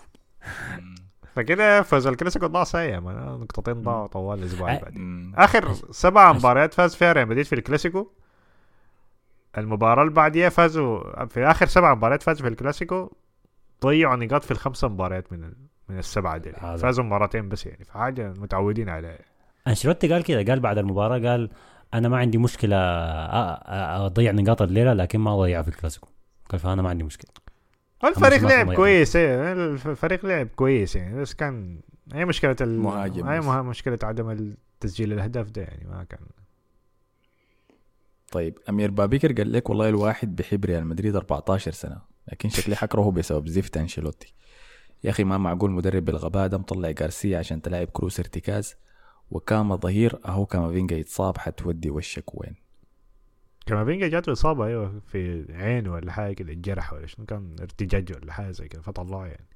S4: فكده فاز الكلاسيكو ضاع ساي يا مان. نقطتين ضاعوا طوال الاسبوع اللي بعد. اخر سبع مباريات فاز فيها ريال مدريد في الكلاسيكو. المباراة اللي بعديها فازوا في آخر سبع مباريات فازوا في الكلاسيكو، ضيعوا نقاط في الخمسة مباريات من ال... من السبعة دي. فازوا مباراتين بس يعني، فحاجة متعودين عليها.
S5: أنشيلوتي قال كده، قال بعد المباراة قال أنا ما عندي مشكلة أضيع نقاط الليلة لكن ما أضيعها في الكلاسيكو. قال فأنا ما عندي مشكلة.
S4: الفريق لعب كويس ايه الفريق لعب كويس يعني، بس كان هي مشكلة المهاجم، هي مشكلة عدم التسجيل الأهداف ده يعني ما كان.
S2: طيب أمير بابيكر قال لك والله الواحد بيحب ريال مدريد أربعة عشر سنة لكن شكلي حكره بسبب زفت أنشيلوتي. يا أخي ما معقول مدرب بالغباء ده مطلع غارسيا عشان تلاعب كروس ارتكاز وكاما ظهير أهو كامافينجا يتصاب حتودي وشك وين.
S4: كامافينجا جاته إصابة أيوة في عين ولا حاجة كده الجرح ولا شنو كان ارتجاج ولا حاجة زي كده فطلعه يعني.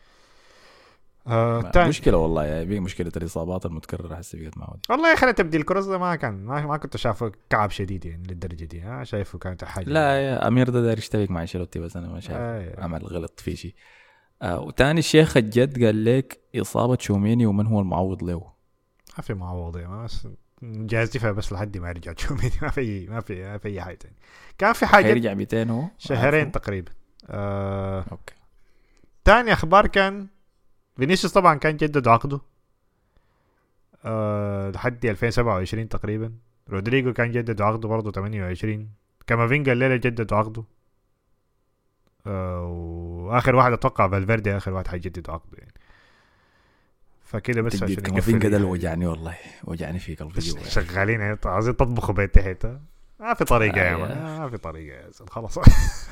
S2: آه مشكلة والله يا بي مشكلة الإصابات المتكررة حسي بقت معودي.
S4: والله خلينا تبديل كروس ده ما كان ما, ما كنت شايفه كعب شديد يعني للدرجة دي. ها شايفه كانت حاجة
S2: لا يا أمير ده داير يشتبك مع أنشيلوتي بس أنا ما شايف آه عمل غلط في شيء. آه وتاني الشيخ الجد قال لك إصابة شوميني ومن هو المعوض له.
S4: ما في معوض يعني بس جاهز دفع بس لحد ما يرجع شوميني ما في ما في ما في أي حاجة تاني. كان في حاجة
S2: يرجع مئتين هو
S4: شهرين تقريبا. آه
S2: أوكي.
S4: تاني أخبار كان فينيسيوس طبعا كان جدد عقده أه لحد ألفين وسبعة وعشرين تقريبا. رودريجو كان جدد عقده برضه ثمانية وعشرين. كامافينجا الليلة جدد عقده أه واخر واحد اتوقع فالفيردي اخر واحد حيجدد عقده يعني. فكده بس
S2: عشان كامافينجا ده اللي وجعني والله وجعني في قلبي
S4: شغالين يعني عايزين تطبخوا بيت تحت ما في طريقة يا مان ما في طريقة يا زلمة خلاص.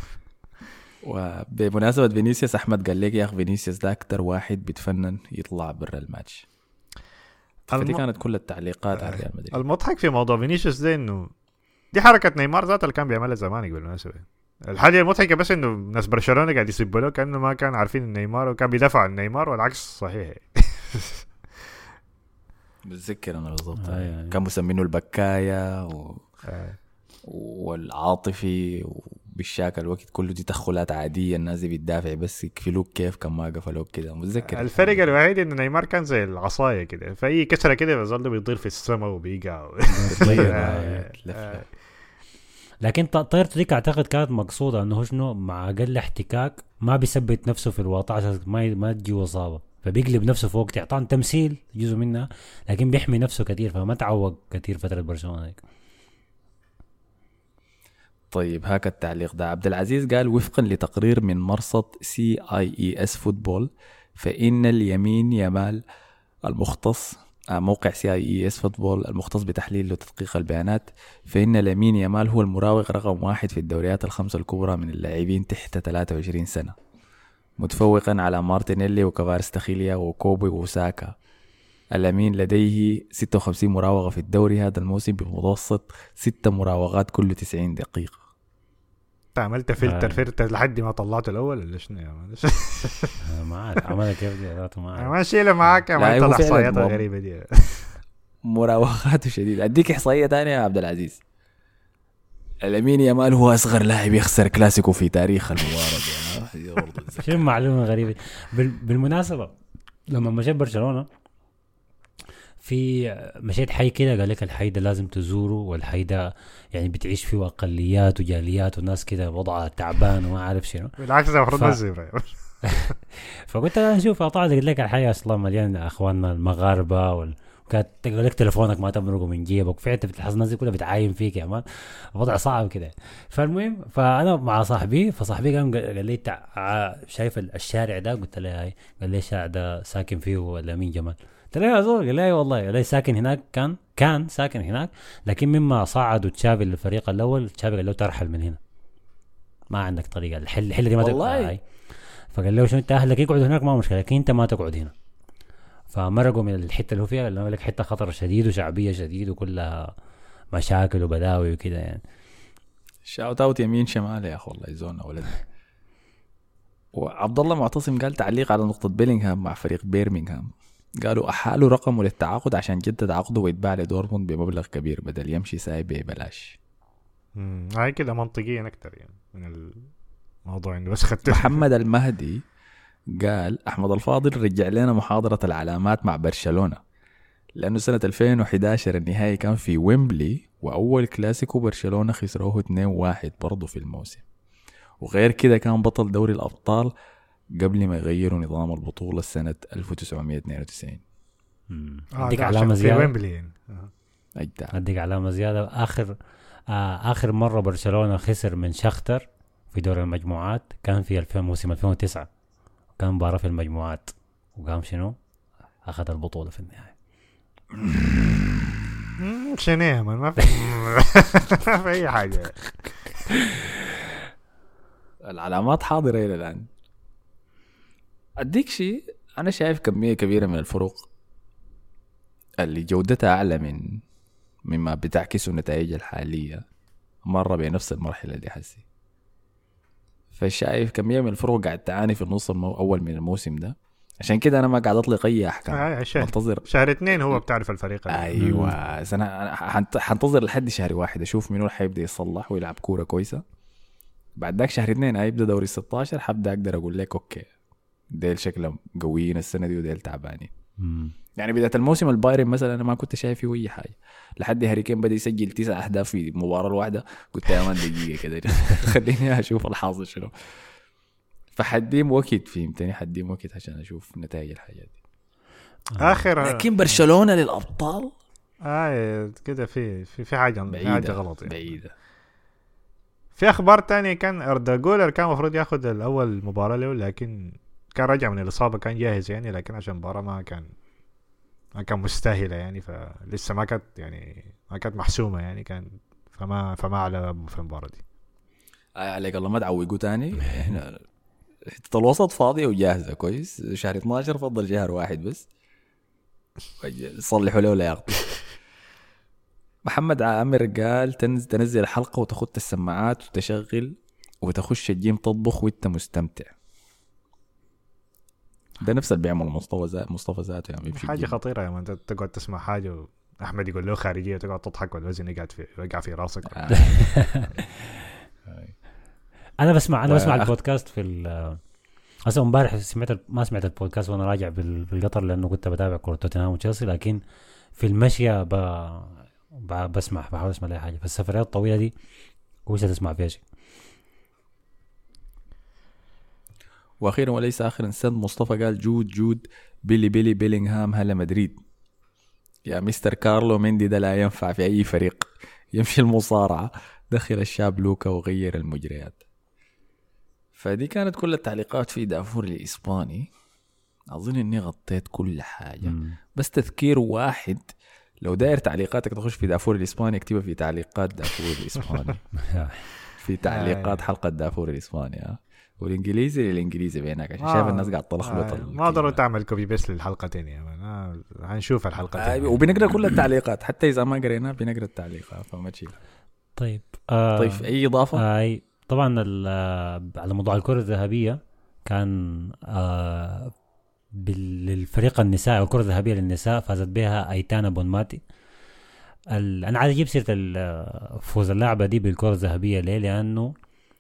S2: وبمناسبة فينيسيوس أحمد قال لك يا أخي فينيسيوس ده أكتر واحد بيتفنن يطلع برا الماتش. الم... فدي كانت كل التعليقات على ريال مدريد.
S4: المضحك في موضوع فينيسيوس ده إنه دي حركه نيمار ذات اللي كان بيعملها زمان بالمناسبه. الحاجه المضحكه بس انه ناس برشلونه قاعد يسبوا له كانه ما كان عارفين نيمار وكان بيدافع عن نيمار والعكس صحيح.
S2: بتذكر انا بالضبط.
S5: آه
S2: كان مسمينه البكايه و...
S4: آه.
S2: والعاطفي وبالشاكل الوقت كله دي تدخلات عاديه الناس دي بتدافع بس يقفلوك كيف كان ما قفلوك كده. متذكر
S4: الفرق الوحيد انه نيمار كان زي العصايه كده فاي كسره كده بيظل بيطير في السماء وبيقع.
S5: لكن طيرته ديك اعتقد كانت مقصوده انه شنو مع اقل احتكاك ما بيثبت نفسه في الوضع عشان ما ما تجي اصابه فبيقلب نفسه فوق تعطان تمثيل جزء منها لكن بيحمي نفسه كثير فما تعوق كثير فتره برشلونه هيك.
S2: طيب هاك التعليق ده عبد العزيز قال وفقا لتقرير من مرصد سي اي اي اس فوتبول فإن اليمين يمال المختص موقع سي اي اي اس فوتبول المختص بتحليل وتدقيق البيانات فإن اليمين يمال هو المراوغ رقم واحد في الدوريات الخمسة الكبرى من اللاعبين تحت ثلاثة وعشرين سنة متفوقا على مارتينيلي وكفارستخيليا وكوبي وساكا. اليمين لديه ستة وخمسين مراوغة في الدوري هذا الموسم بمتوسط ستة مراوغات كل تسعين دقيقة.
S4: عملت فلتر فلتر لحد ما طلعته الاول ولا شنو يا مان؟
S5: ما عارف عملها كيف دي ذاته ما عارف.
S4: ما شيله معاك ما طلع احصائيات غريبه دي.
S2: مراوغاته شديد. اديك احصائيه ثانيه يا عبد العزيز. اليمين يامال هو اصغر لاعب يخسر كلاسيكو في تاريخ المباراه.
S5: شنو معلومه غريبه بالمناسبه لما مشيت برشلونه في مشيت حي كده قال لك الحي ده لازم تزوره والحي ده يعني بتعيش فيه اقليات وجاليات وناس كده وضعها تعبان وما عارف شنو.
S4: بالعكس ده المفروض نزور.
S5: فقلت انا اشوف طلعت قلت لك الحي اصلا مليان اخواننا المغاربه وال... وكانت تقول لك تليفونك ما تمرقه من جيبك فعلا بتلاحظ الناس كلها بتعاين فيك يا مان وضع صعب كده. فالمهم فانا مع صاحبي فصاحبي قام قال لي تع... شايف الشارع ده قلت له هاي قال لي الشارع ده ساكن فيه ولا مين جمال قلت له يا زول قال لي والله قال لي ساكن هناك كان كان ساكن هناك لكن مما صعدوا تشافي للفريق الاول تشافي قال له ترحل من هنا ما عندك طريقه الحل الحل دي ما تقعد. فقال له شو انت اهلك يقعدوا هناك ما مشكله لكن انت ما تقعد هنا. فمرقوا من الحته اللي هو فيها قال لك حته خطر شديد وشعبيه شديد وكلها مشاكل وبلاوي وكده يعني.
S2: شاوت اوت يمين شمال يا اخو والله يزون ولدنا. وعبد الله معتصم قال تعليق على نقطه بيلينغهام مع فريق بيرمنغهام قالوا احالوا رقمه للتعاقد عشان جدد عقده ويتباع لدورتموند بمبلغ كبير بدل يمشي سايب ببلاش.
S4: امم هاي كده منطقيا اكثر يعني من الموضوع انه بس خدت.
S2: محمد المهدي قال أحمد الفاضل رجع لنا محاضرة العلامات مع برشلونة لأنه سنة ألفين وإحدى عشر النهائي كان في ويمبلي وأول كلاسيكو برشلونة خسروه اثنين واحد برضو في الموسم وغير كده كان بطل دوري الأبطال قبل ما يغيروا نظام البطولة سنة ألف وتسعمية واثنين وتسعين.
S5: أديك علامة زيادة
S2: أجدع.
S5: أديك علامة زيادة آخر آه آخر مرة برشلونة خسر من شختر في دور المجموعات كان في ألفين موسم ألفين وتسعة كان مباراة في المجموعات وقام شنو أخذ البطولة في النهاية.
S4: شنو يا مان ما في ما في أي حاجة.
S2: العلامات حاضرة إلى الآن. أديك شيء أنا شايف كمية كبيرة من الفروق اللي جودتها أعلى من مما بتعكسه النتائج الحالية مرة بنفس المرحلة دي حسي. فشايف كمية من الفروق قاعد تعاني في النص الأول من الموسم ده عشان كده أنا ما قاعد أطلق أي أحكام.
S4: آه منتظر شهر اثنين هو بتعرف الفريق.
S2: أيوة سنة حنتظر لحد شهر واحد أشوف منو حيبدأ يصلح ويلعب كورة كويسة. بعد ذاك شهر اثنين هيبدأ دوري ستة عشر حبدأ أقدر أقول لك أوكي ديل شكلهم قويين السنة دي وديل تعبانين. يعني بداية الموسم البايرن مثلا أنا ما كنت شايف فيه أي حاجة لحد هاري كين بدأ يسجل تسع أهداف في مباراة واحدة قلت يا مان دقيقة كده خليني أشوف الحاصل شنو. فحديم وقت فهمتني حديم وقت عشان أشوف نتائج الحاجات دي.
S4: آخر
S2: لكن برشلونة للأبطال
S4: آه كده في في في حاجة
S2: بعيدة
S4: حاجة غلط يعني.
S2: بعيدة.
S4: في أخبار تانية كان أردا جولر كان مفروض يأخذ الأول مباراة له لكن كان رجع من الإصابة كان جاهز يعني لكن عشان المباراة ما كان ما كان مستاهلة يعني فلسه ما كانت يعني ما كانت محسومة يعني كان فما فما على في المباراة دي.
S2: آه عليك الله ما تعوقوا تاني إحنا حتة الوسط فاضية وجاهزة كويس شهر اثنا عشر فضل شهر واحد بس صلحوا له ولا يغطي. محمد عامر قال تنزل تنزل الحلقة وتاخد السماعات وتشغل وتخش الجيم تطبخ وانت مستمتع. ده نفس اللي بيعمل مصطفى ذات مصطفى ذاته يعني.
S4: حاجة خطيرة يا من انت تقعد تسمع حاجة أحمد يقول له خارجية وتقعد تضحك والوزن يقعد في يقع في راسك.
S5: أنا بسمع أنا بسمع البودكاست في ال أصلا امبارح سمعت ما سمعت البودكاست وأنا راجع بالقطر لأنه كنت بتابع كرة توتنهام وتشيلسي، لكن في المشي ب... ب... بسمع بحاول أسمع لها حاجة. في السفريات الطويلة دي كويسة تسمع فيها شيء.
S2: واخيرا وليس اخرا سند مصطفى قال جود جود بيلي بيلي بيلينغهام هلا مدريد يا مستر كارلو مندي ده لا ينفع في اي فريق، يمشي المصارعة، دخل الشاب لوكا وغير المجريات. فدي كانت كل التعليقات في دافور الاسباني. اظن اني غطيت كل حاجة م. بس تذكير واحد، لو داير تعليقاتك تخش في دافور الاسباني اكتبها في تعليقات دافور الاسباني في تعليقات حلقة دافور الاسباني ها. والانجليزي للانجليزي بينك عشان آه. شايف الناس قاعد تلخبط.
S4: آه. ما ضروري تعمل كوبي بيست للحلقتين يا مان. آه. هنشوف الحلقتين
S2: آه. وبنقرا كل التعليقات حتى اذا ما قرينا بنقرا التعليقات فما تشيل.
S5: طيب آه.
S2: طيب اي اضافه؟
S5: آه. طبعا على موضوع الكرة الذهبية كان آه بالفريق النساء والكرة الذهبية للنساء فازت بها ايتانا بونماتي. انا عايز اجيب سيرة فوز اللاعبة دي بالكرة الذهبية ليه؟ لانه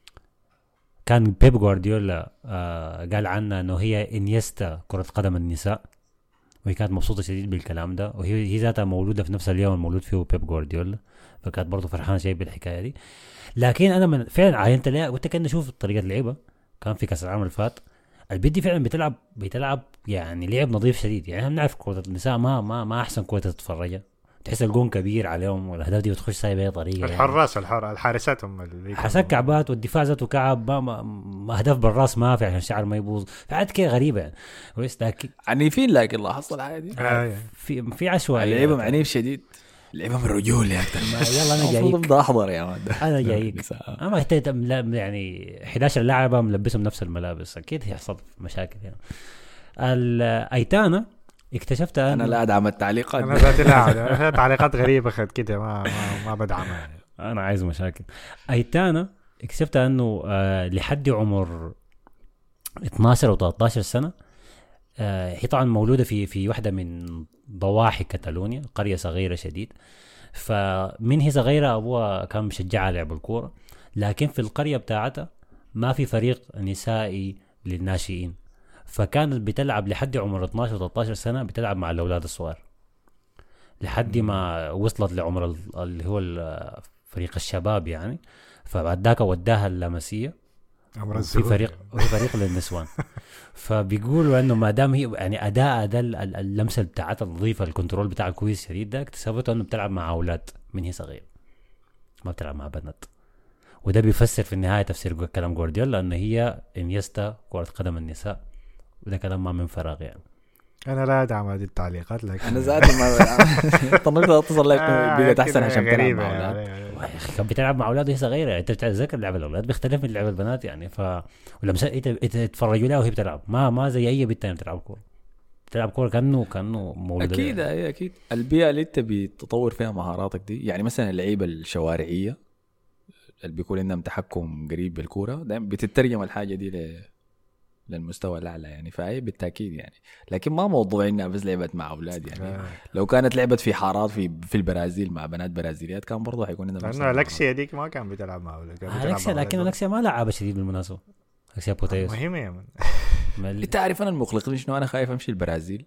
S5: كان بيب غوارديولا آه قال عنها انه هي انيستا كرة قدم النساء، وهي كانت مبسوطة شديد بالكلام ده، وهي هي ذاتها مولودة في نفس اليوم المولود فيه بيب غوارديولا، فكانت برضو فرحانة شيء بالحكاية دي. لكن انا من فعلا عاينت لها قلت كأني اشوف طريقة لعبة كان في كاس العالم اللي فات، البنت دي فعلا بتلعب بتلعب يعني لعب نظيف شديد. يعني احنا بنعرف كرة النساء ما ما ما احسن كرة تتفرجها، تحس الجون كبير عليهم والاهداف دي بتخش سايبه باي طريقه.
S4: الحراس يعني. الحر الحارسات هم اللي
S5: حسك كعبات والدفاع ذاته كعب ما, ما اهداف بالراس ما في عشان الشعر ما يبوظ، فعاد كده غريبه يعني. كويس لكن
S2: عنيفين لكن الله حصل عادي
S4: آه
S5: في في عشوائيه
S2: اللعيبه معنيف شديد، اللعيبه من الرجول يا اكثر.
S5: يلا انا جايك
S2: المفروض احضر يا مان
S5: انا جايك اما احتاج يعني احد عشر لاعبه ملبسهم نفس الملابس اكيد هيحصل مشاكل يعني. الايتانا اكتشفت
S2: انا لا ادعم التعليقات
S4: انا ذاتي لا تعليقات غريبه اخذت كده ما ما, ما بدعمها يعني.
S5: انا عايز مشاكل. ايتانا اكتشفت انه آه لحد عمر اثناشر او ثلاثة عشر سنه آه هي طبعا مولوده في في واحده من ضواحي كاتالونيا، قريه صغيره شديد. فمن هي صغيره ابوها كان مشجعها لعب الكوره، لكن في القريه بتاعتها ما في فريق نسائي للناشئين، فكانت بتلعب لحد عمر اثناشر و ثلاثة عشر سنة بتلعب مع الأولاد الصغار لحد ما وصلت لعمر اللي هو فريق الشباب يعني. فبعد ذاك وداها اللمسية في فريق في فريق للنسوان. فبيقولوا انه ما دام هي يعني اداء ده اللمسه بتاعتها النظيفه الكنترول بتاع الكويس شديد ده اكتسبته انه بتلعب مع اولاد من هي صغير ما بتلعب مع بنات. وده بيفسر في النهايه تفسير كلام جوارديولا ان هي انيستا كرة قدم النساء، وده كلام ما من فراغ يعني.
S4: انا لا ادعم هذه التعليقات لكن
S2: انا ذاتي ما طنقت اتصل لك بقيت احسن عشان تلعب مع اولاد.
S5: كان بتلعب مع اولاد وهي صغيره، انت بتتذكر لعب الاولاد بيختلف من لعب البنات يعني. ف ولما تتفرجوا لها وهي بتلعب ما ما زي اي بنت بتلعب كوره بتلعب كوره كانه كانه مولود.
S2: اكيد اي اكيد البيئه اللي انت بتطور فيها مهاراتك دي يعني. مثلا اللعيبه الشوارعيه اللي بيكون عندهم تحكم قريب بالكوره دائما بتترجم الحاجه دي ل للمستوى الأعلى يعني. فهي بالتأكيد يعني، لكن ما موضوع إنها بس لعبت مع أولاد يعني. آه. لو كانت لعبت في حارات في في البرازيل مع بنات برازيليات كان برضه حيكون عندها.
S4: لأنه ألكسيا ديك ما كان بتلعب مع أولاد.
S5: ألكسيا لكن ألكسيا ما لعبة شديد بالمناسبة. ألكسيا بوتيوس
S4: مهمة يا من.
S2: أنت عارف أنا المقلقني شنو؟ أنا خايف أمشي البرازيل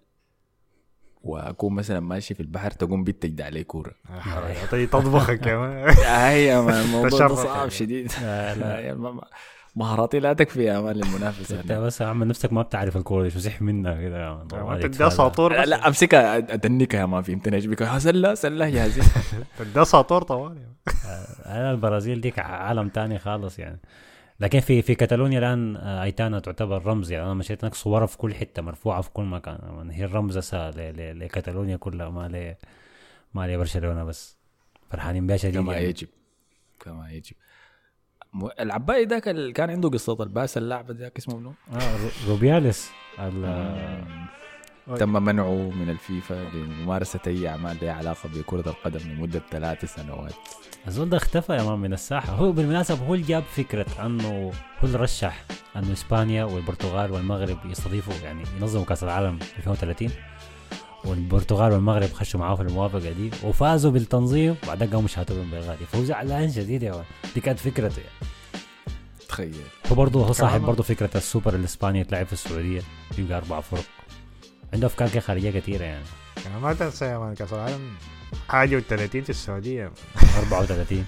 S2: وأكون مثلا ماشي في البحر تقوم بتجد عليه كورة.
S4: طيب تطبخك يا من.
S2: هي الموضوع صعب شديد. لا مهاراتي لا تكفي يا مان للمنافس.
S5: انت بس عم نفسك ما بتعرف الكوره دي شو زح منها كده.
S4: تدي ساطور
S2: لا, لا امسكها ادنكها ما فهمتني ايش بك سله سله جاهزين.
S4: تدي ساطور طوال.
S5: انا البرازيل ديك عالم تاني خالص يعني. لكن في في كاتالونيا الان ايتانا تعتبر رمز يعني. انا مشيت هناك صورها في كل حته مرفوعه في كل مكان يعني. هي الرمز اسا لكاتالونيا كلها ما ل ما لبرشلونه بس. فرحانين بها شديد
S2: كما يجب كما يجب. العباي ذاك كان عنده قصة الباس اللاعب ذاك اسمه منو؟
S5: آه روبياليس
S2: تم منعه من الفيفا لممارسة أي أعمال لها علاقة بكرة القدم لمدة ثلاث سنوات.
S5: الزول ده اختفى يا مان من الساحة. هو بالمناسبة هو اللي جاب فكرة أنه هو اللي رشح أنه إسبانيا والبرتغال والمغرب يستضيفوا يعني ينظموا كأس العالم ألفين وثلاثين، والبرتغال والمغرب خشوا معاه في الموافقة دي وفازوا بالتنظيم وبعدها قاموا شهاتهم بالغالي. فهو زعلان شديد يا مان، دي كانت فكرته يعني.
S2: تخيل.
S5: هو برضه هو صاحب برضه فكرة السوبر الإسباني يتلعب في السعودية يبقى أربع فرق. عنده أفكار كده خارجية كثيرة يعني.
S4: يعني ما تنسى يا مان كأس العالم حاجة وثلاثين في السعودية.
S5: أربعة وثلاثين.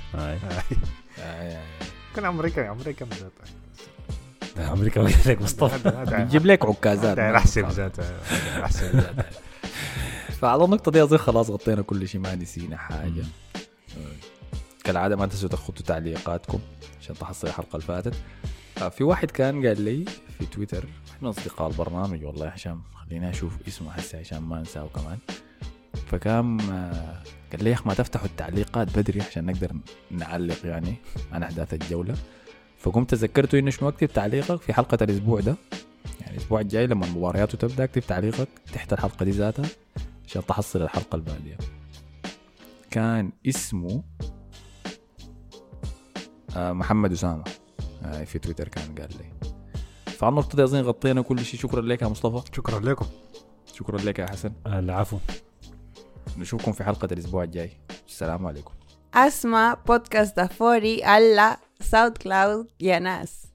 S4: كان أمريكا أمريكا مزات.
S5: أمريكا وقتك مصطفى.
S2: بيجيب لك عكازات.
S4: أحسب ذاته. أحسب ذاته.
S2: فعلى النقطة دي أظن خلاص غطينا كل شيء، ما نسينا حاجة. كالعادة ما تنسوا تاخذوا تعليقاتكم عشان تحصل الحلقة اللي فاتت. في واحد كان قال لي في تويتر من أصدقاء البرنامج، والله عشان خلينا أشوف اسمه حسي عشان ما أنساه كمان. فكان قال لي يا أخ ما تفتحوا التعليقات بدري عشان نقدر نعلق يعني عن أحداث الجولة. فقمت تذكرته إنه شنو أكتب تعليقك في حلقة الأسبوع ده، يعني الأسبوع الجاي لما المباريات تبدأ اكتب تعليقك تحت الحلقة دي ذاتها عشان تحصل الحلقة الباقية. كان اسمه محمد أسامة في تويتر كان قال لي. فعلى النقطة دي أظن غطينا كل شيء. شكرا لك يا مصطفى.
S4: شكرا لكم.
S2: شكرا لك يا حسن.
S5: العفو.
S2: نشوفكم في حلقة الأسبوع الجاي. السلام عليكم.
S3: اسمع بودكاست دافوري على ساوند كلاود يا ناس.